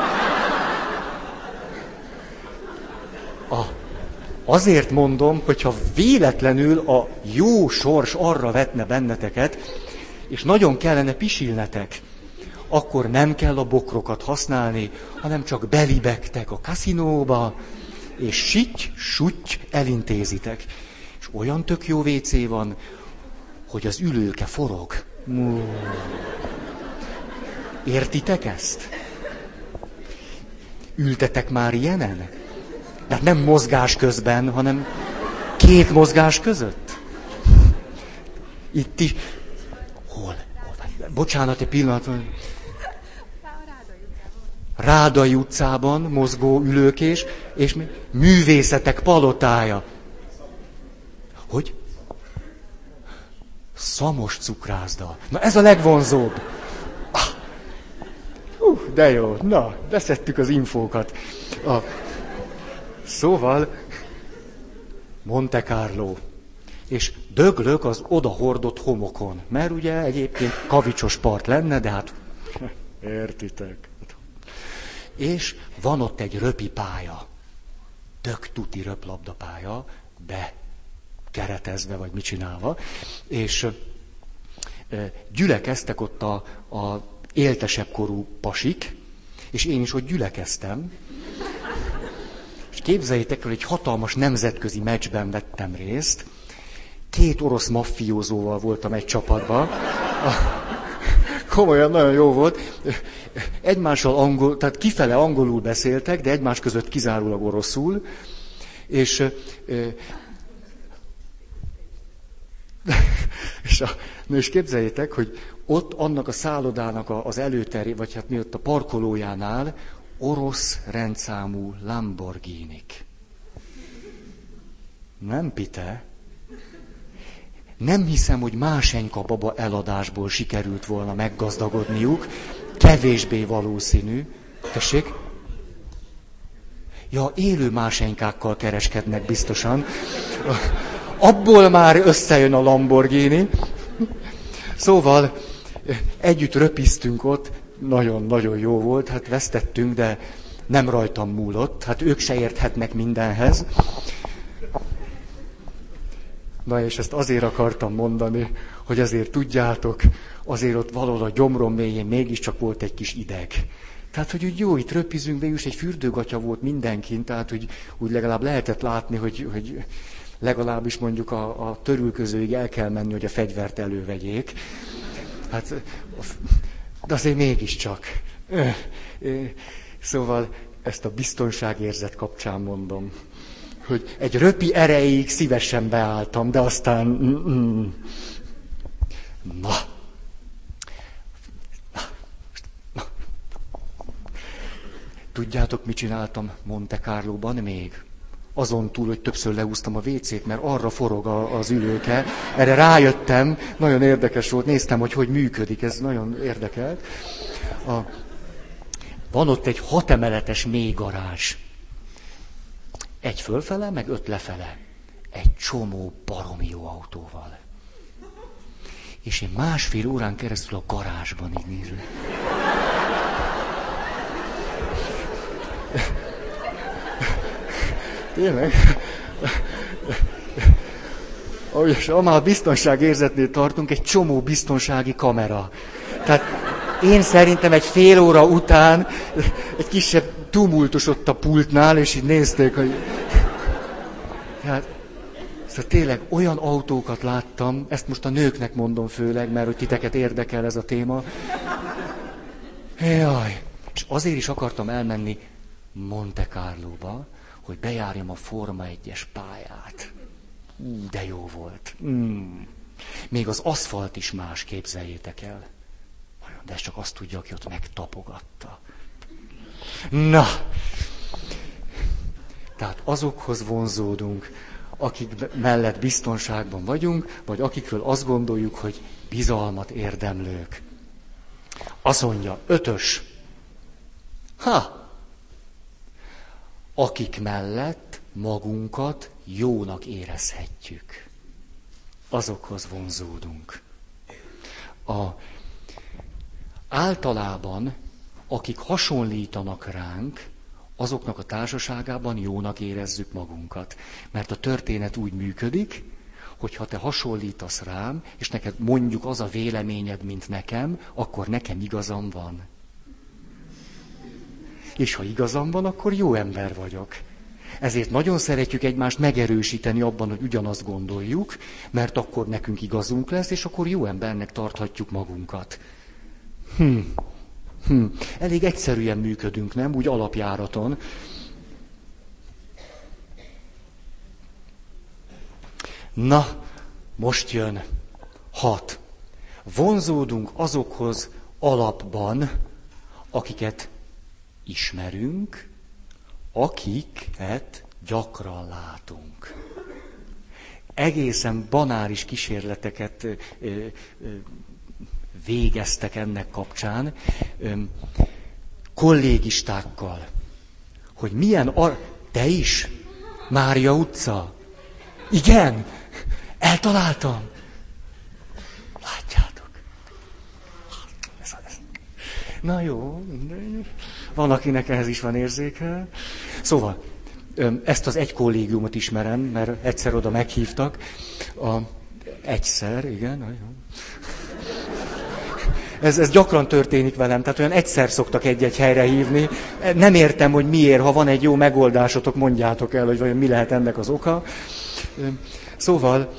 Azért mondom, hogyha véletlenül a jó sors arra vetne benneteket, és nagyon kellene pisilnetek, akkor nem kell a bokrokat használni, hanem csak belibegtek a kaszinóba, és sitty elintézitek. És olyan tök jó WC van, hogy az ülőke forog. Értitek ezt? Ültetek már ilyenen? Tehát nem mozgás közben, hanem 2 mozgás között. Itt is. Hol? Bocsánat, egy pillanat. Rádai utcában mozgó ülőkés, és művészetek palotája. Hogy? Szamos cukrászda. Na ez a legvonzóbb. De jó, na, beszedtük az infókat. Szóval Monte Carlo. És döglök az odahordott homokon. Mert ugye egyébként kavicsos part lenne, de hát értitek. És van ott egy röpipálya. Tök tuti röplabdapálya, keretezve, vagy mit csinálva. És gyülekeztek ott a éltesebb korú pasik, és én is ott gyülekeztem. És képzeljétek el, egy hatalmas nemzetközi meccsben vettem részt. 2 orosz maffiózóval voltam egy csapatban. Komolyan, nagyon jó volt. Egymással tehát kifele angolul beszéltek, de egymás között kizárólag oroszul. És képzeljétek, hogy ott annak a szállodának az előteré, vagy hát mi ott a parkolójánál orosz rendszámú Lamborghinik. Nem pite. Nem hiszem, hogy Másenyka baba eladásból sikerült volna meggazdagodniuk. Kevésbé valószínű. Tessék? Ja, élő másenykákkal kereskednek biztosan. Abból már összejön a Lamborghini. Szóval együtt röpiztünk ott, nagyon-nagyon jó volt, hát vesztettünk, de nem rajtam múlott, hát ők se érthetnek mindenhez. Na és ezt azért akartam mondani, hogy azért tudjátok, azért ott valahol a gyomrom mélyén mégiscsak volt egy kis ideg. Tehát, hogy úgy jó, itt röpizünk, végül is egy fürdőgatya volt mindenkin, tehát úgy legalább lehetett látni, hogy legalábbis mondjuk a törülközőig el kell menni, hogy a fegyvert elővegyék. Hát, de azért mégiscsak. Szóval ezt a biztonságérzet kapcsán mondom, hogy egy röpi erejéig szívesen beálltam, de aztán... Na. Tudjátok, mit csináltam Monte Carlóban még? Azon túl, hogy többször leúztam a WC-t, mert arra forog az ülőke. Erre rájöttem, nagyon érdekes volt, néztem, hogy működik, ez nagyon érdekelt. Van ott egy 6 emeletes mély garázs. 1 fölfele, meg 5 lefele. Egy csomó baromi jó autóval. És én 1,5 órán keresztül a garázsban így nézem. Tényleg? És amár a biztonságérzetnél tartunk, egy csomó biztonsági kamera. Tehát én szerintem egy fél óra után egy kisebb tumultus ott a pultnál, és így nézték, hogy... Tehát, szóval tényleg olyan autókat láttam, ezt most a nőknek mondom főleg, mert hogy titeket érdekel ez a téma. Jaj, és azért is akartam elmenni Monte Carlóba, hogy bejárjam a Forma 1-es pályát. De jó volt. Még az aszfalt is más, képzeljétek el. De ez csak azt tudja, aki ott megtapogatta. Na! Tehát azokhoz vonzódunk, akik mellett biztonságban vagyunk, vagy akikről azt gondoljuk, hogy bizalmat érdemlők. Azt mondja, 5. Akik mellett magunkat jónak érezhetjük. Azokhoz vonzódunk. Általában, akik hasonlítanak ránk, azoknak a társaságában jónak érezzük magunkat. Mert a történet úgy működik, hogy ha te hasonlítasz rám, és neked mondjuk az a véleményed, mint nekem, akkor nekem igazam van. És ha igazam van, akkor jó ember vagyok. Ezért nagyon szeretjük egymást megerősíteni abban, hogy ugyanazt gondoljuk, mert akkor nekünk igazunk lesz, és akkor jó embernek tarthatjuk magunkat. Elég egyszerűen működünk, nem? Úgy alapjáraton. Na, most jön 6. Vonzódunk azokhoz alapban, akiket ismerünk, akiket gyakran látunk. Egészen banális kísérleteket végeztek ennek kapcsán, kollégistákkal, hogy milyen te is? Mária utca? Igen, eltaláltam. Látjátok. Na jó, van, akinek ehhez is van érzéke. Szóval, ezt az egy kollégiumot ismerem, mert egyszer oda meghívtak. Egyszer, igen. Ez gyakran történik velem, tehát olyan egyszer szoktak egy-egy helyre hívni. Nem értem, hogy miért, ha van egy jó megoldásotok, mondjátok el, hogy vajon mi lehet ennek az oka. Szóval,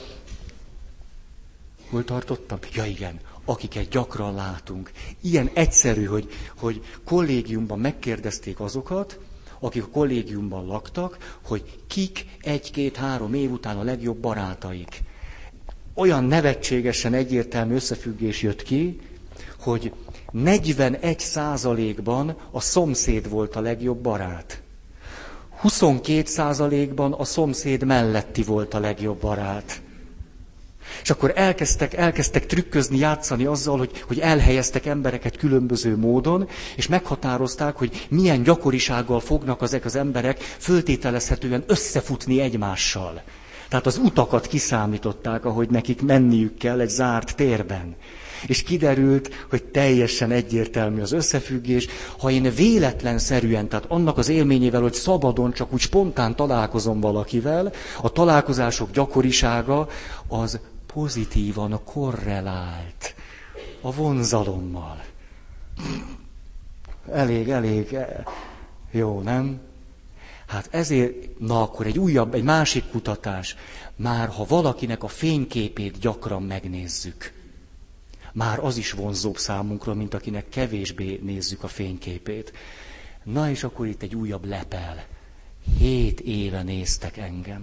hol tartottam? Ja igen, akiket gyakran látunk. Ilyen egyszerű, hogy kollégiumban megkérdezték azokat, akik a kollégiumban laktak, hogy kik 1-2-3 év után a legjobb barátaik. Olyan nevetségesen egyértelmű összefüggés jött ki, hogy 41%-ban a szomszéd volt a legjobb barát. 22%-ban a szomszéd melletti volt a legjobb barát. És akkor elkezdtek trükközni, játszani azzal, hogy elhelyeztek embereket különböző módon, és meghatározták, hogy milyen gyakorisággal fognak ezek az emberek föltételezhetően összefutni egymással. Tehát az utakat kiszámították, ahogy nekik menniük kell egy zárt térben. És kiderült, hogy teljesen egyértelmű az összefüggés. Ha én véletlenszerűen, tehát annak az élményével, hogy szabadon, csak úgy spontán találkozom valakivel, a találkozások gyakorisága az pozitívan korrelált a vonzalommal. Elég jó, nem? Hát ezért, na akkor egy másik kutatás. Már ha valakinek a fényképét gyakran megnézzük, már az is vonzóbb számunkra, mint akinek kevésbé nézzük a fényképét. Na és akkor itt egy újabb lepel. 7 éve néztek engem.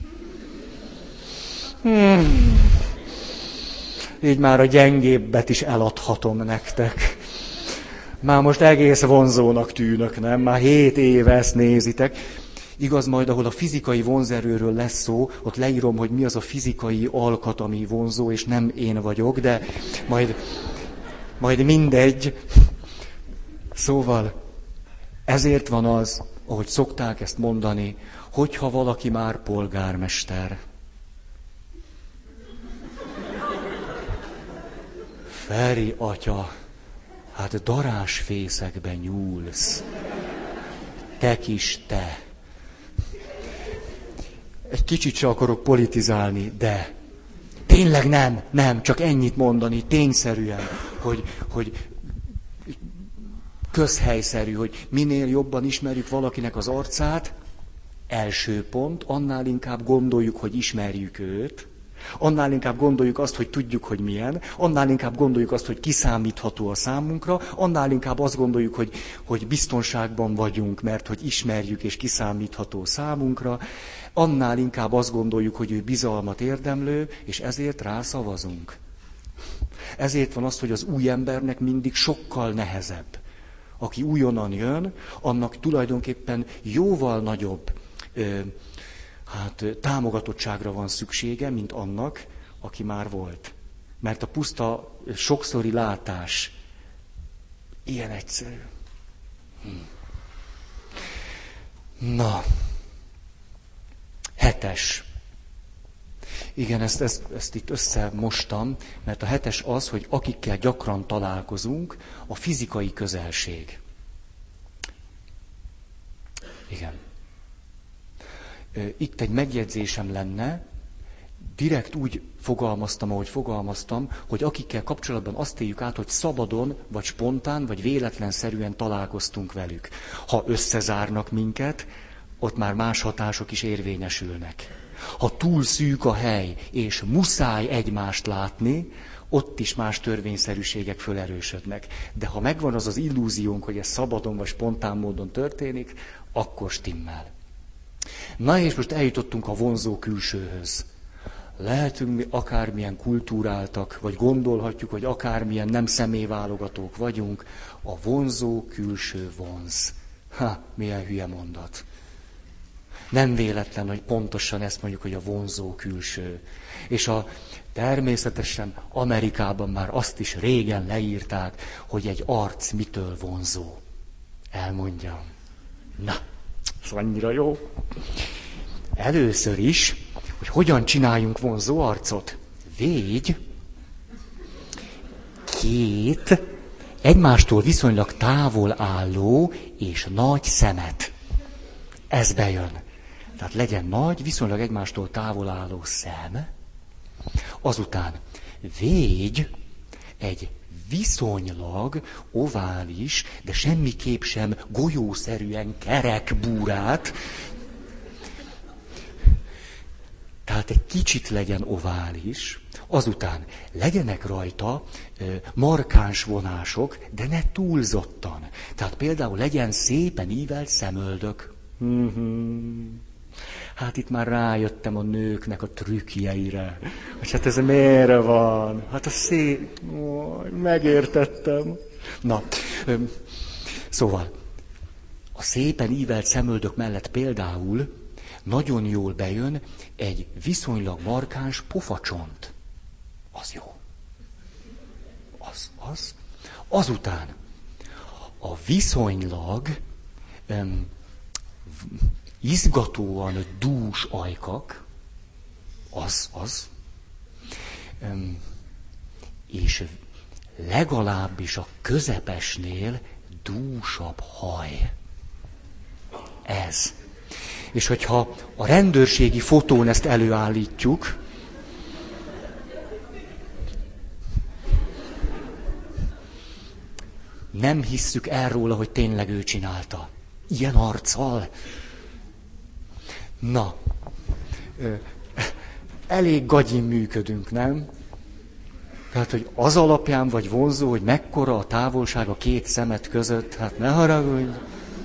Így már a gyengébbet is eladhatom nektek. Már most egész vonzónak tűnök, nem? Már 7 éve ezt nézitek. Igaz, majd ahol a fizikai vonzerőről lesz szó, ott leírom, hogy mi az a fizikai alkat, ami vonzó, és nem én vagyok, de majd mindegy. Szóval ezért van az, ahogy szokták ezt mondani, hogyha valaki már polgármester. Feri atya, hát darásfészekbe nyúlsz. Te kis te. Egy kicsit se akarok politizálni, de tényleg nem, csak ennyit mondani, tényszerűen, hogy közhelyszerű, hogy minél jobban ismerjük valakinek az arcát, első pont, annál inkább gondoljuk, hogy ismerjük őt, annál inkább gondoljuk azt, hogy tudjuk, hogy milyen, annál inkább gondoljuk azt, hogy kiszámítható a számunkra, annál inkább azt gondoljuk, hogy biztonságban vagyunk, mert hogy ismerjük és kiszámítható számunkra, annál inkább azt gondoljuk, hogy ő bizalmat érdemlő, és ezért rászavazunk. Ezért van az, hogy az új embernek mindig sokkal nehezebb. Aki újonnan jön, annak tulajdonképpen jóval nagyobb támogatottságra van szüksége, mint annak, aki már volt. Mert a puszta sokszori látás ilyen egyszerű. Na, 7. Igen, ezt itt összemostam, mert a 7 az, hogy akikkel gyakran találkozunk, a fizikai közelség. Igen. Itt egy megjegyzésem lenne, direkt úgy fogalmaztam, ahogy fogalmaztam, hogy akikkel kapcsolatban azt éljük át, hogy szabadon, vagy spontán, vagy véletlenszerűen találkoztunk velük. Ha összezárnak minket, ott már más hatások is érvényesülnek. Ha túl szűk a hely, és muszáj egymást látni, ott is más törvényszerűségek fölerősödnek. De ha megvan az az illúziónk, hogy ez szabadon vagy spontán módon történik, akkor stimmel. Na és most eljutottunk a vonzó külsőhöz. Lehetünk mi akármilyen kultúráltak, vagy gondolhatjuk, hogy akármilyen nem személyválogatók vagyunk, a vonzó külső vonz. Milyen hülye mondat. Nem véletlen, hogy pontosan ezt mondjuk, hogy a vonzó külső. És természetesen Amerikában már azt is régen leírták, hogy egy arc mitől vonzó. Elmondjam. Na, ez annyira jó. Először is, hogy hogyan csináljunk vonzó arcot. Végy 2 egymástól viszonylag távol álló és nagy szemet. Ez bejön. Tehát legyen nagy, viszonylag egymástól távol álló szem. Azután végy egy viszonylag ovális, de semmiképp sem golyószerűen kerek búrát. Tehát egy kicsit legyen ovális. Azután legyenek rajta markáns vonások, de ne túlzottan. Tehát például legyen szépen ívelt szemöldök. Hát itt már rájöttem a nőknek a trükkjeire. Hogy hát ez miért van? Hát a szép... megértettem. Na, szóval, a szépen ívelt szemöldök mellett például nagyon jól bejön egy viszonylag markáns pofacsont. Az jó. Az. Azután a viszonylag izgatóan dús ajkak, az. És legalábbis a közepesnél dúsabb haj. Ez. És hogyha a rendőrségi fotón ezt előállítjuk, nem hisszük el róla, hogy tényleg ő csinálta. Ilyen arccal. Na, elég gagyin működünk, nem? Tehát, hogy az alapján vagy vonzó, hogy mekkora a távolság a két szemet között, hát ne haragudj.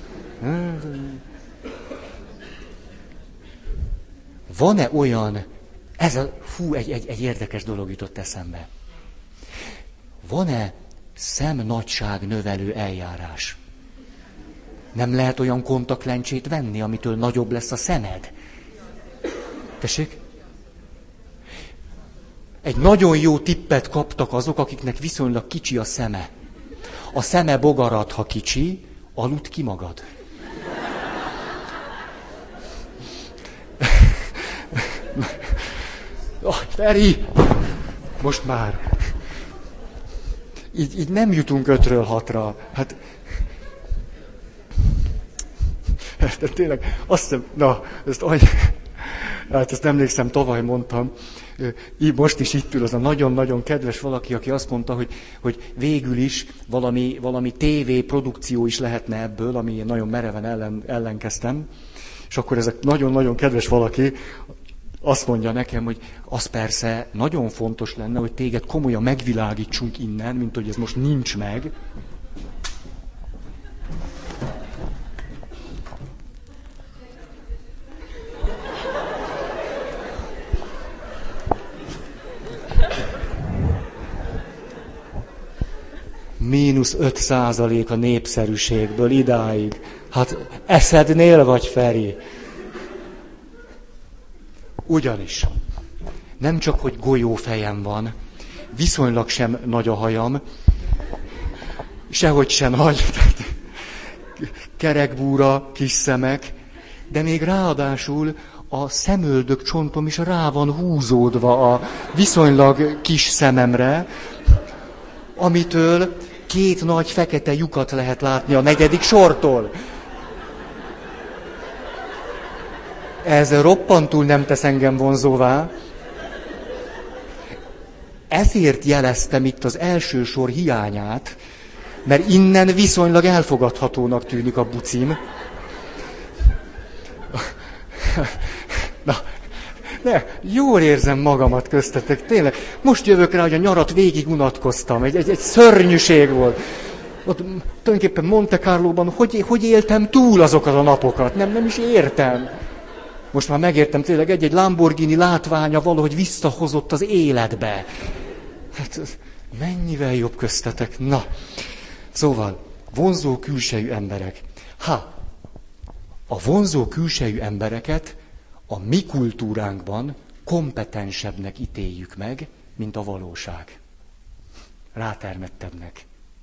Van-e olyan, egy érdekes dolog jutott eszembe. Van-e szemnagyság növelő eljárás? Nem lehet olyan kontaktlencsét venni, amitől nagyobb lesz a szemed? Tessék? Egy nagyon jó tippet kaptak azok, akiknek viszonylag kicsi a szeme. A szeme bogarat, ha kicsi, aludd ki magad. Feri! Most már. így nem jutunk 5-ről 6-ra. Hát tényleg, azt hiszem, ezt emlékszem, tavaly mondtam, így most is itt ül az a nagyon-nagyon kedves valaki, aki azt mondta, hogy végül is valami TV produkció is lehetne ebből, ami én nagyon mereven ellenkeztem. És akkor ez a nagyon-nagyon kedves valaki azt mondja nekem, hogy az persze nagyon fontos lenne, hogy téged komolyan megvilágítsunk innen, mint hogy ez most nincs meg. -5% a népszerűségből idáig. Hát eszednél vagy, Feri? Ugyanis nem csak, hogy golyófejem van, viszonylag sem nagy a hajam, sehogy se nagy, kerekbúra, kis szemek, de még ráadásul a szemöldök csontom is rá van húzódva a viszonylag kis szememre, amitől 2 nagy fekete lyukat lehet látni a 4. sortól. Ez roppantul nem tesz engem vonzóvá. Ezért jeleztem itt az első sor hiányát, mert innen viszonylag elfogadhatónak tűnik a bucim. Ne, jól érzem magamat köztetek, tényleg. Most jövök rá, hogy a nyarat végig unatkoztam. Egy szörnyűség volt. Ott tulajdonképpen Monte Carlóban hogy éltem túl azokat a napokat? Nem is értem. Most már megértem, tényleg egy Lamborghini látványa valahogy visszahozott az életbe. Hát mennyivel jobb köztetek. Na, szóval, vonzó külsejű emberek. A vonzó külsejű embereket a mi kultúránkban kompetensebbnek ítéljük meg, mint a valóság. Rátermettebbnek.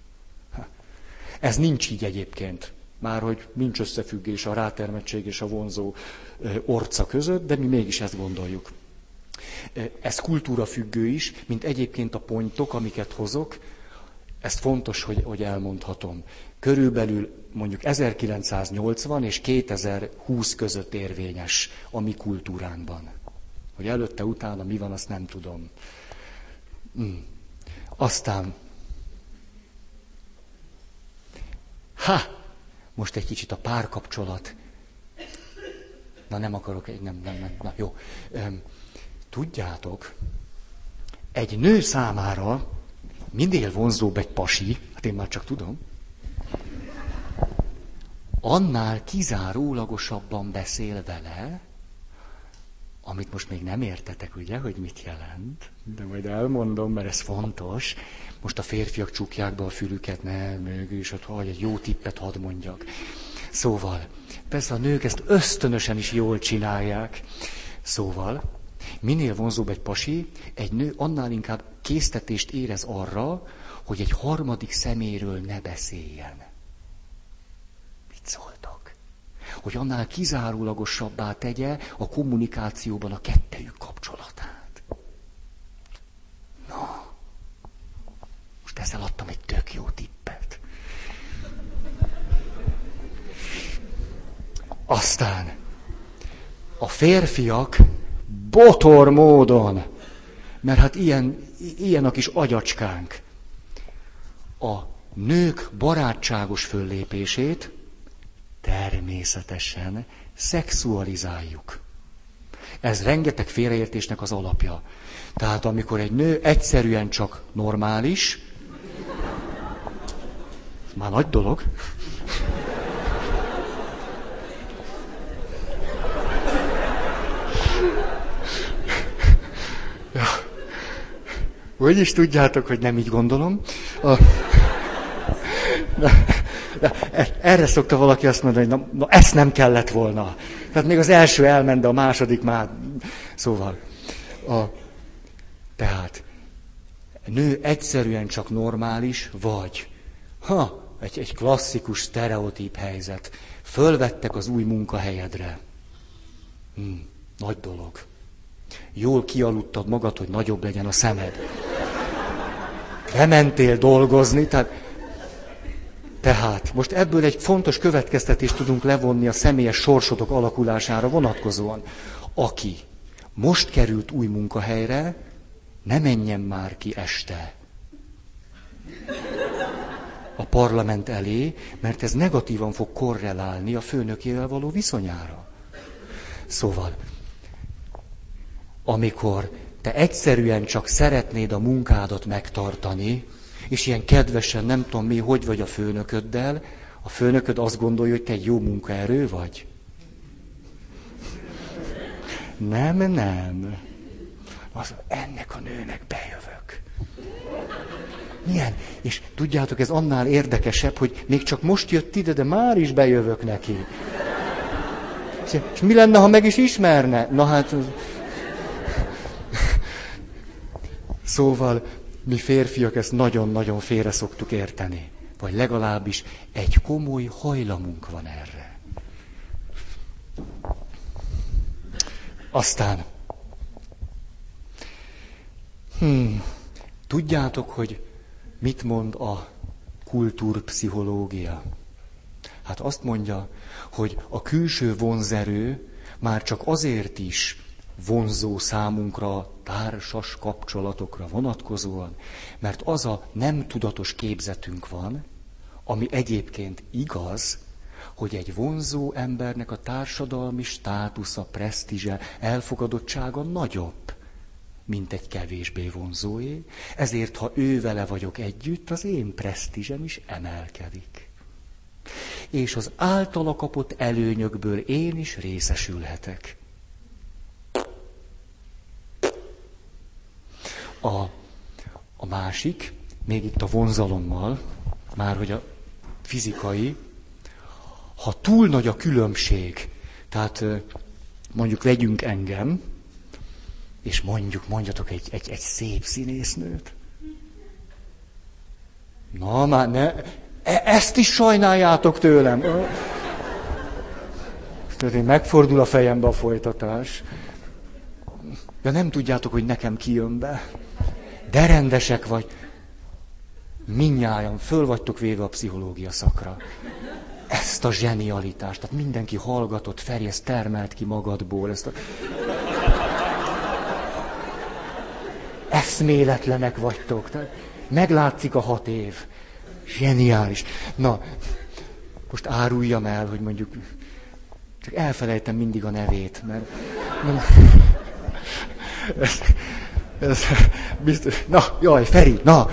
Ez nincs így egyébként. Már hogy nincs összefüggés a rátermettség és a vonzó orca között, de mi mégis ezt gondoljuk. Ez kultúrafüggő is, mint egyébként a pontok, amiket hozok, ezt fontos, hogy elmondhatom. Körülbelül mondjuk 1980 és 2020 között érvényes a mi kultúránkban. Hogy előtte, utána mi van, azt nem tudom. Aztán, most egy kicsit a párkapcsolat. Na nem akarok, nem, na jó. Tudjátok, egy nő számára minél vonzóbb egy pasi, hát én már csak tudom, annál kizárólagosabban beszél vele, amit most még nem értetek, ugye, hogy mit jelent, de majd elmondom, mert ez fontos. Most a férfiak csukják be a fülüket, mégis, hogy egy jó tippet hadd mondjak. Szóval, persze a nők ezt ösztönösen is jól csinálják. Szóval, minél vonzóbb egy pasi, egy nő annál inkább késztetést érez arra, hogy egy harmadik szeméről ne beszéljen. Mit szóltok? Hogy annál kizárólagosabbá tegye a kommunikációban a kettejük kapcsolatát. Na, most ezzel adtam egy tök jó tippet. Aztán a férfiak botor módon, mert hát ilyen a kis agyacskánk, a nők barátságos föllépését természetesen szexualizáljuk. Ez rengeteg félreértésnek az alapja. Tehát amikor egy nő egyszerűen csak normális, már nagy dolog, Hogy is tudjátok, hogy nem így gondolom. Erre szokta valaki azt mondani, hogy na ezt nem kellett volna. Tehát még az első elment, de a második már... Szóval, tehát, nő egyszerűen csak normális, vagy, egy klasszikus sztereotíp helyzet. Fölvettek az új munkahelyedre. Nagy dolog. Jól kialudtad magad, hogy nagyobb legyen a szemed. bementél dolgozni, tehát most ebből egy fontos következtetést tudunk levonni a személyes sorsodok alakulására vonatkozóan. Aki most került új munkahelyre, ne menjen már ki este a parlament elé, mert ez negatívan fog korrelálni a főnökével való viszonyára. Szóval, amikor te egyszerűen csak szeretnéd a munkádat megtartani, és ilyen kedvesen nem tudom mi, hogy vagy a főnököddel, a főnököd azt gondolja, hogy te egy jó munkaerő vagy. Nem. Ennek a nőnek bejövök. Milyen? És tudjátok, ez annál érdekesebb, hogy még csak most jött ide, de már is bejövök neki. És mi lenne, ha meg is ismerne? Na hát... Szóval mi férfiak ezt nagyon-nagyon félre szoktuk érteni. Vagy legalábbis egy komoly hajlamunk van erre. Aztán... Tudjátok, hogy mit mond a kultúrpszichológia? Hát azt mondja, hogy a külső vonzerő már csak azért is vonzó számunkra, társas kapcsolatokra vonatkozóan, mert az a nem tudatos képzetünk van, ami egyébként igaz, hogy egy vonzó embernek a társadalmi státusza, presztízse, elfogadottsága nagyobb, mint egy kevésbé vonzóé, ezért ha ő vele vagyok együtt, az én presztízsem is emelkedik. És az általa kapott előnyökből én is részesülhetek. A másik, még itt a vonzalommal, már hogy a fizikai, ha túl nagy a különbség, tehát mondjuk vegyünk engem, és mondjatok egy szép színésznőt. Na már ne, ezt is sajnáljátok tőlem. Tehát megfordul a fejembe a folytatás. De nem tudjátok, hogy nekem kijön be. De rendesek vagy. Mindnyájan föl vagytok véve a pszichológia szakra. Ezt a zsenialitást, tehát mindenki hallgatott, Feri, ezt termelt ki magadból. Eszméletlenek vagytok. Tehát meglátszik a 6 év. Zseniális. Na, most áruljam el, hogy mondjuk... Csak elfelejtem mindig a nevét, mert... Ez biztos... Na, jaj, Feri, na!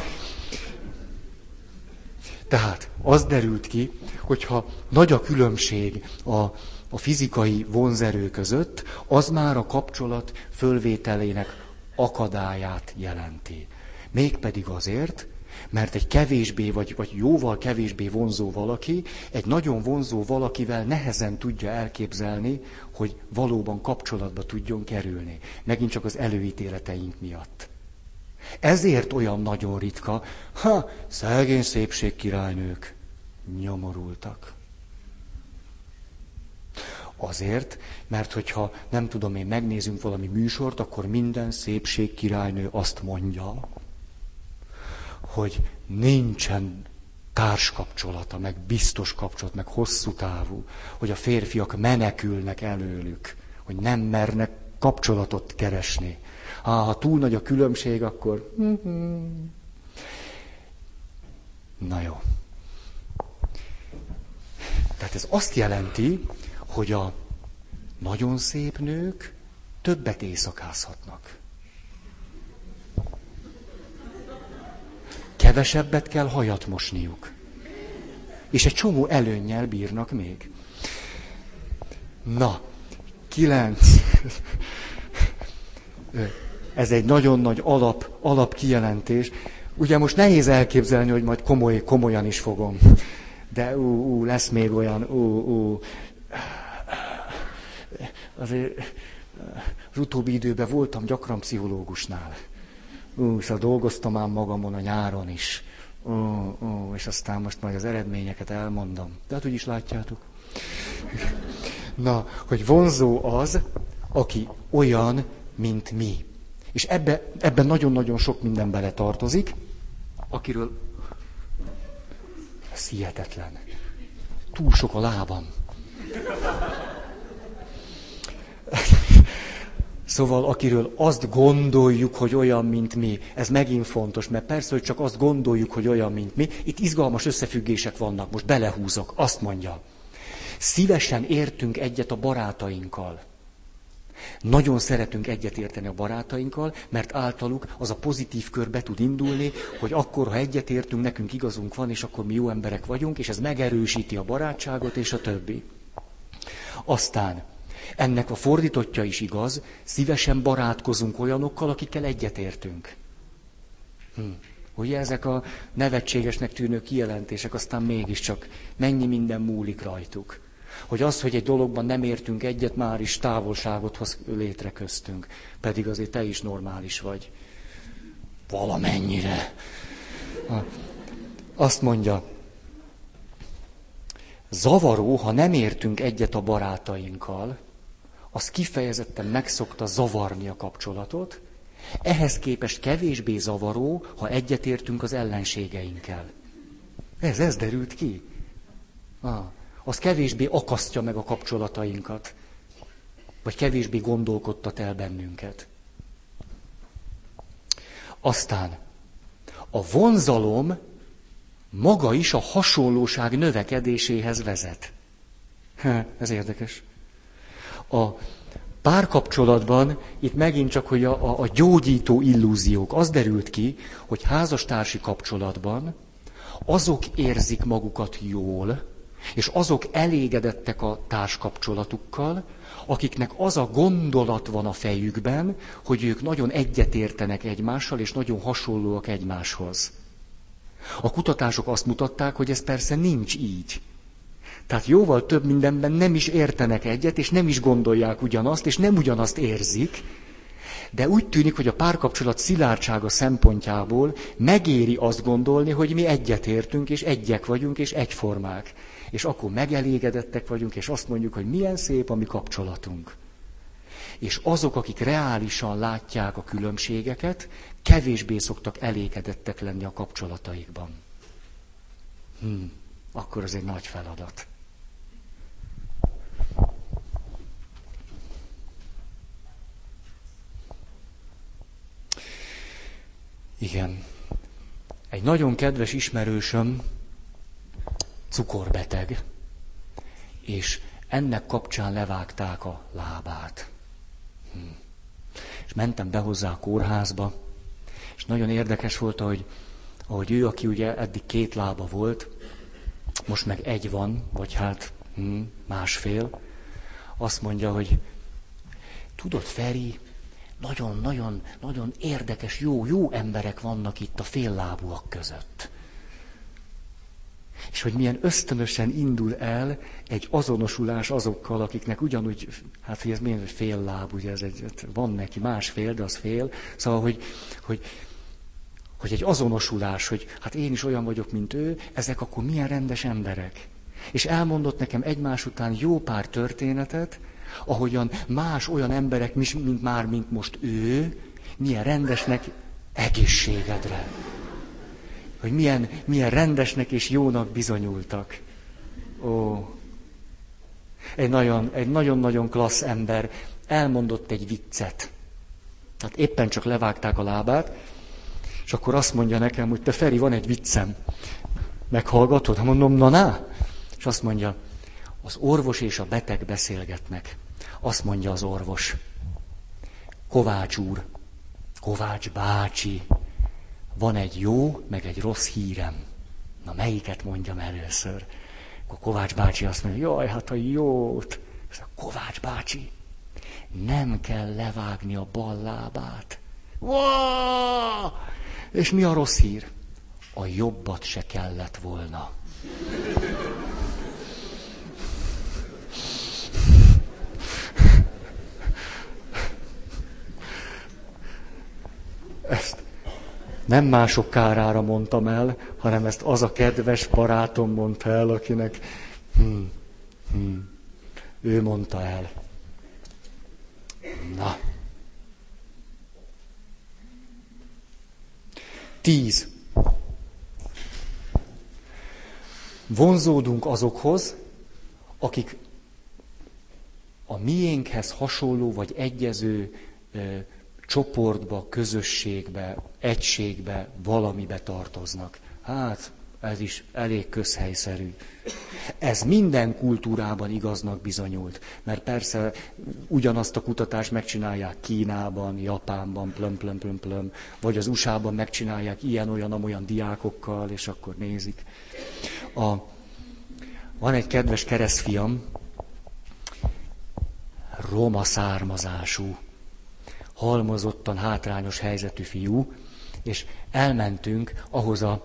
Tehát az derült ki, hogyha nagy a különbség a fizikai vonzerő között, az már a kapcsolat fölvételének akadályát jelenti. Mégpedig azért, mert egy kevésbé, vagy jóval kevésbé vonzó valaki, egy nagyon vonzó valakivel nehezen tudja elképzelni, hogy valóban kapcsolatba tudjon kerülni. Megint csak az előítéleteink miatt. Ezért olyan nagyon ritka, szegény szépségkirálynők nyomorultak. Azért, mert hogyha nem tudom én, megnézünk valami műsort, akkor minden szépségkirálynő azt mondja, hogy nincsen társkapcsolata, meg biztos kapcsolat, meg hosszú távú, hogy a férfiak menekülnek előlük, hogy nem mernek kapcsolatot keresni. Ha túl nagy a különbség, akkor... Na jó. Tehát ez azt jelenti, hogy a nagyon szép nők többet éjszakázhatnak. Kevesebbet kell hajat mosniuk. És egy csomó előnnyel bírnak még. Na, 9. Ez egy nagyon nagy alap kijelentés. Ugye most nehéz elképzelni, hogy majd komolyan is fogom. De lesz még olyan, azért az utóbbi időben voltam gyakran pszichológusnál. Szóval dolgoztam ám magamon a nyáron is. És aztán most majd az eredményeket elmondom. De hát úgy is látjátok. Na, hogy vonzó az, aki olyan, mint mi. És ebben nagyon-nagyon sok minden bele tartozik. akiről... Ez hihetetlen. Túl sok a lábam. Szóval, akiről azt gondoljuk, hogy olyan, mint mi, ez megint fontos, mert persze, hogy csak azt gondoljuk, hogy olyan, mint mi, itt izgalmas összefüggések vannak, most belehúzok, azt mondja. Szívesen értünk egyet a barátainkkal. Nagyon szeretünk egyet érteni a barátainkkal, mert általuk az a pozitív kör be tud indulni, hogy akkor, ha egyet értünk, nekünk igazunk van, és akkor mi jó emberek vagyunk, és ez megerősíti a barátságot, és a többi. Aztán ennek a fordítottja is igaz, szívesen barátkozunk olyanokkal, akikkel egyetértünk. Ugye ezek a nevetségesnek tűnő kijelentések, aztán mégiscsak mennyi minden múlik rajtuk. Hogy az, hogy egy dologban nem értünk egyet, már is távolságot hoz létre köztünk. Pedig azért te is normális vagy. Valamennyire. Azt mondja, zavaró, ha nem értünk egyet a barátainkkal, az kifejezetten meg szokta zavarni a kapcsolatot, ehhez képest kevésbé zavaró, ha egyetértünk az ellenségeinkkel. Ez derült ki. Az kevésbé akasztja meg a kapcsolatainkat, vagy kevésbé gondolkodtat el bennünket. Aztán a vonzalom maga is a hasonlóság növekedéséhez vezet. Ez érdekes. A párkapcsolatban itt megint csak, hogy a gyógyító illúziók. Az derült ki, hogy házastársi kapcsolatban azok érzik magukat jól, és azok elégedettek a társkapcsolatukkal, akiknek az a gondolat van a fejükben, hogy ők nagyon egyetértenek egymással, és nagyon hasonlóak egymáshoz. A kutatások azt mutatták, hogy ez persze nincs így. Tehát jóval több mindenben nem is értenek egyet, és nem is gondolják ugyanazt, és nem ugyanazt érzik, de úgy tűnik, hogy a párkapcsolat szilárdsága szempontjából megéri azt gondolni, hogy mi egyetértünk, és egyek vagyunk, és egyformák. És akkor megelégedettek vagyunk, és azt mondjuk, hogy milyen szép a mi kapcsolatunk. És azok, akik reálisan látják a különbségeket, kevésbé szoktak elégedettek lenni a kapcsolataikban. Akkor az egy nagy feladat. Igen. Egy nagyon kedves ismerősöm cukorbeteg, és ennek kapcsán levágták a lábát. És mentem be hozzá a kórházba, és nagyon érdekes volt, ahogy ő, aki ugye eddig 2 lába volt, most meg 1 van, vagy hát 1,5, azt mondja, hogy tudod, Feri, nagyon érdekes, jó emberek vannak itt a féllábúak között. És hogy milyen ösztönösen indul el egy azonosulás azokkal, akiknek ugyanúgy, hát hogy ez milyen fél láb, ugye ez van neki 1,5, de az fél. Szóval, hogy egy azonosulás, hogy hát én is olyan vagyok, mint ő, ezek akkor milyen rendes emberek. És elmondott nekem egymás után jó pár történetet, ahogyan más olyan emberek, mint most ő, milyen rendesnek egészségedre. Hogy milyen rendesnek és jónak bizonyultak. Egy nagyon-nagyon klassz ember elmondott egy viccet. Tehát éppen csak levágták a lábát, és akkor azt mondja nekem, hogy te Feri, van egy viccem. Meghallgatod? Mondom, na. És azt mondja, az orvos és a beteg beszélgetnek. Azt mondja az orvos, Kovács úr, Kovács bácsi, van egy jó, meg egy rossz hírem. Na, melyiket mondjam először? Akkor Kovács bácsi azt mondja, jaj, hát a jót. Kovács bácsi, nem kell levágni a bal lábát. Wow! És mi a rossz hír? A jobbat se kellett volna. Ezt nem mások kárára mondtam el, hanem ezt az a kedves barátom mondta el, akinek ő mondta el. Na. 10. Vonzódunk azokhoz, akik a miénkhez hasonló vagy egyező csoportba, közösségbe, egységbe, valamibe tartoznak. Hát, ez is elég közhelyszerű. Ez minden kultúrában igaznak bizonyult, mert persze ugyanazt a kutatást megcsinálják Kínában, Japánban, plöm, vagy az USA-ban megcsinálják ilyen-olyan diákokkal, és akkor nézik. Van egy kedves keresztfiam, roma származású, halmozottan hátrányos helyzetű fiú, és elmentünk ahhoz a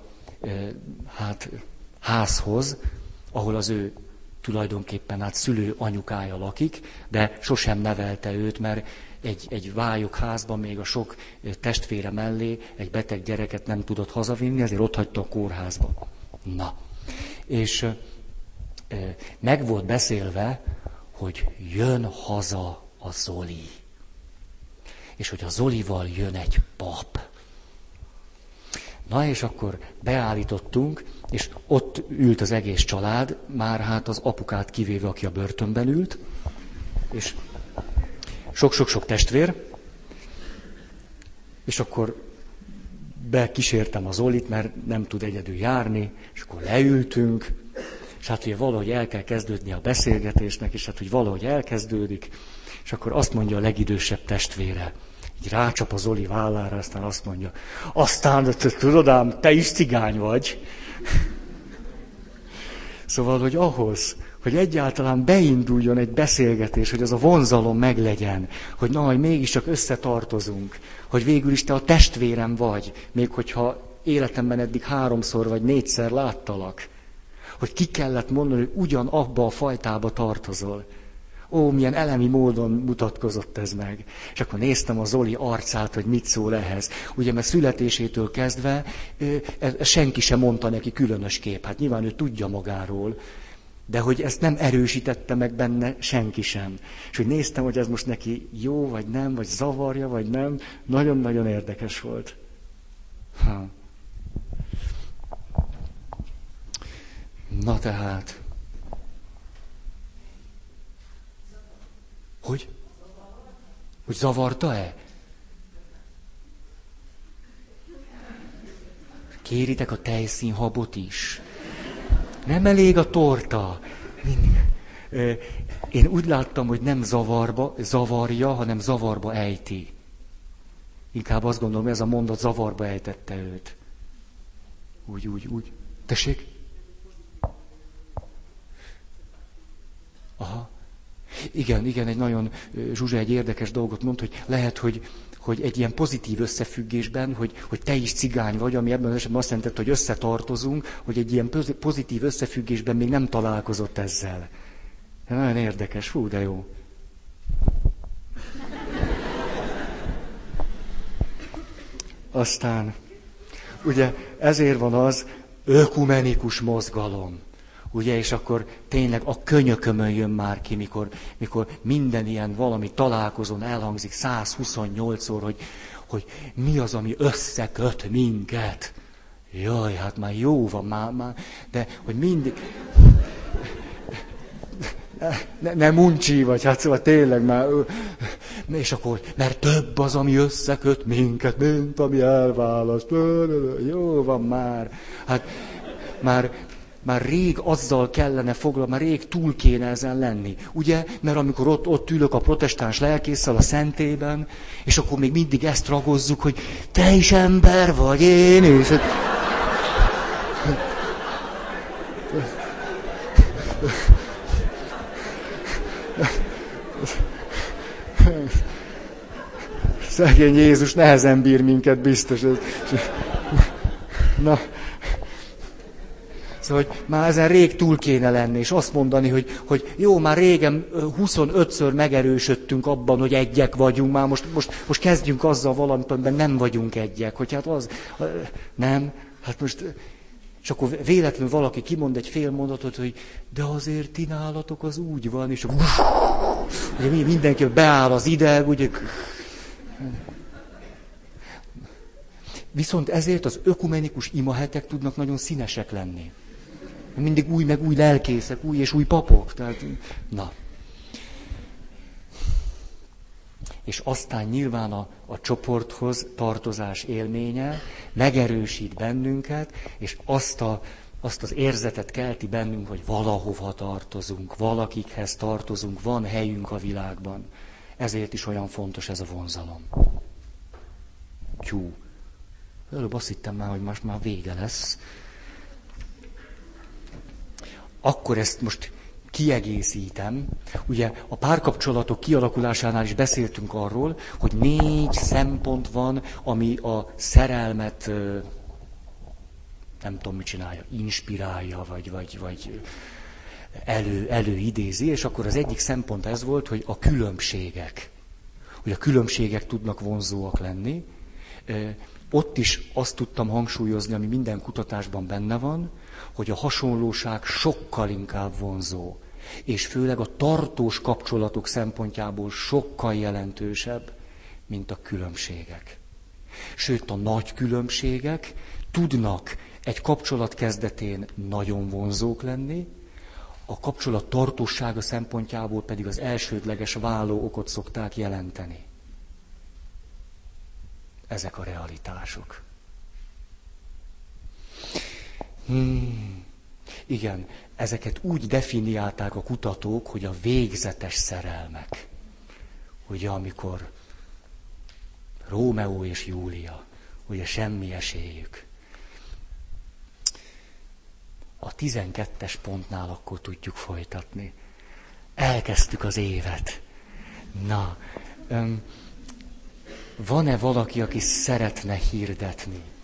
házhoz, ahol az ő tulajdonképpen szülő anyukája lakik, de sosem nevelte őt, mert egy vályog házban még a sok testvére mellé egy beteg gyereket nem tudott hazavinni, ezért ott hagyta a kórházba. Na, és meg volt beszélve, hogy jön haza a Zoli. És hogy a Zolival jön egy pap. Na és akkor beállítottunk, és ott ült az egész család, már hát az apukát kivéve, aki a börtönben ült, és sok-sok-sok testvér, és akkor bekísértem a Zolit, mert nem tud egyedül járni, és akkor leültünk, és hát ugye valahogy el kell kezdődni a beszélgetésnek, és hát hogy valahogy elkezdődik, és akkor azt mondja a legidősebb testvére, így rácsap a Zoli vállára, aztán azt mondja, aztán tudod ám, te is cigány vagy. Szóval, hogy ahhoz, hogy egyáltalán beinduljon egy beszélgetés, hogy az a vonzalom meglegyen, hogy na, hogy mégiscsak összetartozunk, hogy végül is te a testvérem vagy, még hogyha életemben eddig 3-szor vagy 4-szer láttalak, hogy ki kellett mondani, hogy ugyanabba a fajtába tartozol. Ó, milyen elemi módon mutatkozott ez meg. És akkor néztem a Zoli arcát, hogy mit szól ehhez. Ugye, mert születésétől kezdve senki sem mondta neki különösképp. Hát nyilván ő tudja magáról, de hogy ezt nem erősítette meg benne senki sem. És hogy néztem, hogy ez most neki jó, vagy nem, vagy zavarja, vagy nem. Nagyon-nagyon érdekes volt. Na tehát... Hogy? Hogy zavarta-e? Kéritek a tejszínhabot is. Nem elég a torta. Én úgy láttam, hogy nem zavarja, hanem zavarba ejti. Inkább azt gondolom, hogy ez a mondat zavarba ejtette őt. Úgy. Tessék? Aha. Igen, egy nagyon, Zsuzsa egy érdekes dolgot mond, hogy lehet, hogy egy ilyen pozitív összefüggésben, hogy te is cigány vagy, ami ebben az esetben azt jelenti, hogy összetartozunk, hogy egy ilyen pozitív összefüggésben még nem találkozott ezzel. Nagyon érdekes, fú, de jó. Aztán, ugye ezért van az ökumenikus mozgalom. Ugye, és akkor tényleg a könyökömön jön már ki, mikor minden ilyen valami találkozón elhangzik 128-szor, hogy mi az, ami összeköt minket. Jaj, hát már jó van, már, de hogy mindig... Nem uncsi vagy, hát szóval tényleg már... És akkor, mert több az, ami összeköt minket, mint ami elválaszt. Jó van már. Hát már rég azzal kellene foglalni, már rég túl kéne ezen lenni. Ugye? Mert amikor ott ülök a protestáns lelkésszel a szentében, és akkor még mindig ezt ragozzuk, hogy te is ember vagy, én is. Szegény Jézus nehezen bír minket, biztos. Na... Szóval, hogy már ezen rég túl kéne lenni, és azt mondani, hogy jó, már régen 25-ször megerősödtünk abban, hogy egyek vagyunk, már most kezdjünk azzal valamit, amiben nem vagyunk egyek, hogy hát az, nem, hát most, és akkor véletlenül valaki kimond egy fél mondatot, hogy de azért ti nálatok az úgy van, és ugye mindenki beáll az ideg, ugye. Viszont ezért az ökumenikus imahetek tudnak nagyon színesek lenni. Mindig új, meg új lelkészek, új és új papok. Tehát, na. És aztán nyilván a csoporthoz tartozás élménye megerősít bennünket, és azt az érzetet kelti bennünk, hogy valahova tartozunk, valakikhez tartozunk, van helyünk a világban. Ezért is olyan fontos ez a vonzalom. Tyú. Előbb azt hittem már, hogy most már vége lesz. Akkor ezt most kiegészítem. Ugye a párkapcsolatok kialakulásánál is beszéltünk arról, hogy 4 szempont van, ami a szerelmet, nem tudom mit csinálja, inspirálja, vagy előidézi, és akkor az egyik szempont ez volt, hogy a különbségek. Hogy a különbségek tudnak vonzóak lenni. Ott is azt tudtam hangsúlyozni, ami minden kutatásban benne van, hogy a hasonlóság sokkal inkább vonzó, és főleg a tartós kapcsolatok szempontjából sokkal jelentősebb, mint a különbségek. Sőt, a nagy különbségek tudnak egy kapcsolat kezdetén nagyon vonzók lenni, a kapcsolat tartósága szempontjából pedig az elsődleges váló okot szokták jelenteni. Ezek a realitások. Igen, ezeket úgy definiálták a kutatók, hogy a végzetes szerelmek. Ugye, amikor Rómeó és Júlia, ugye semmi esélyük. A 12-es pontnál akkor tudjuk folytatni. Elkezdtük az évet. Na, van-e valaki, aki szeretne hirdetni?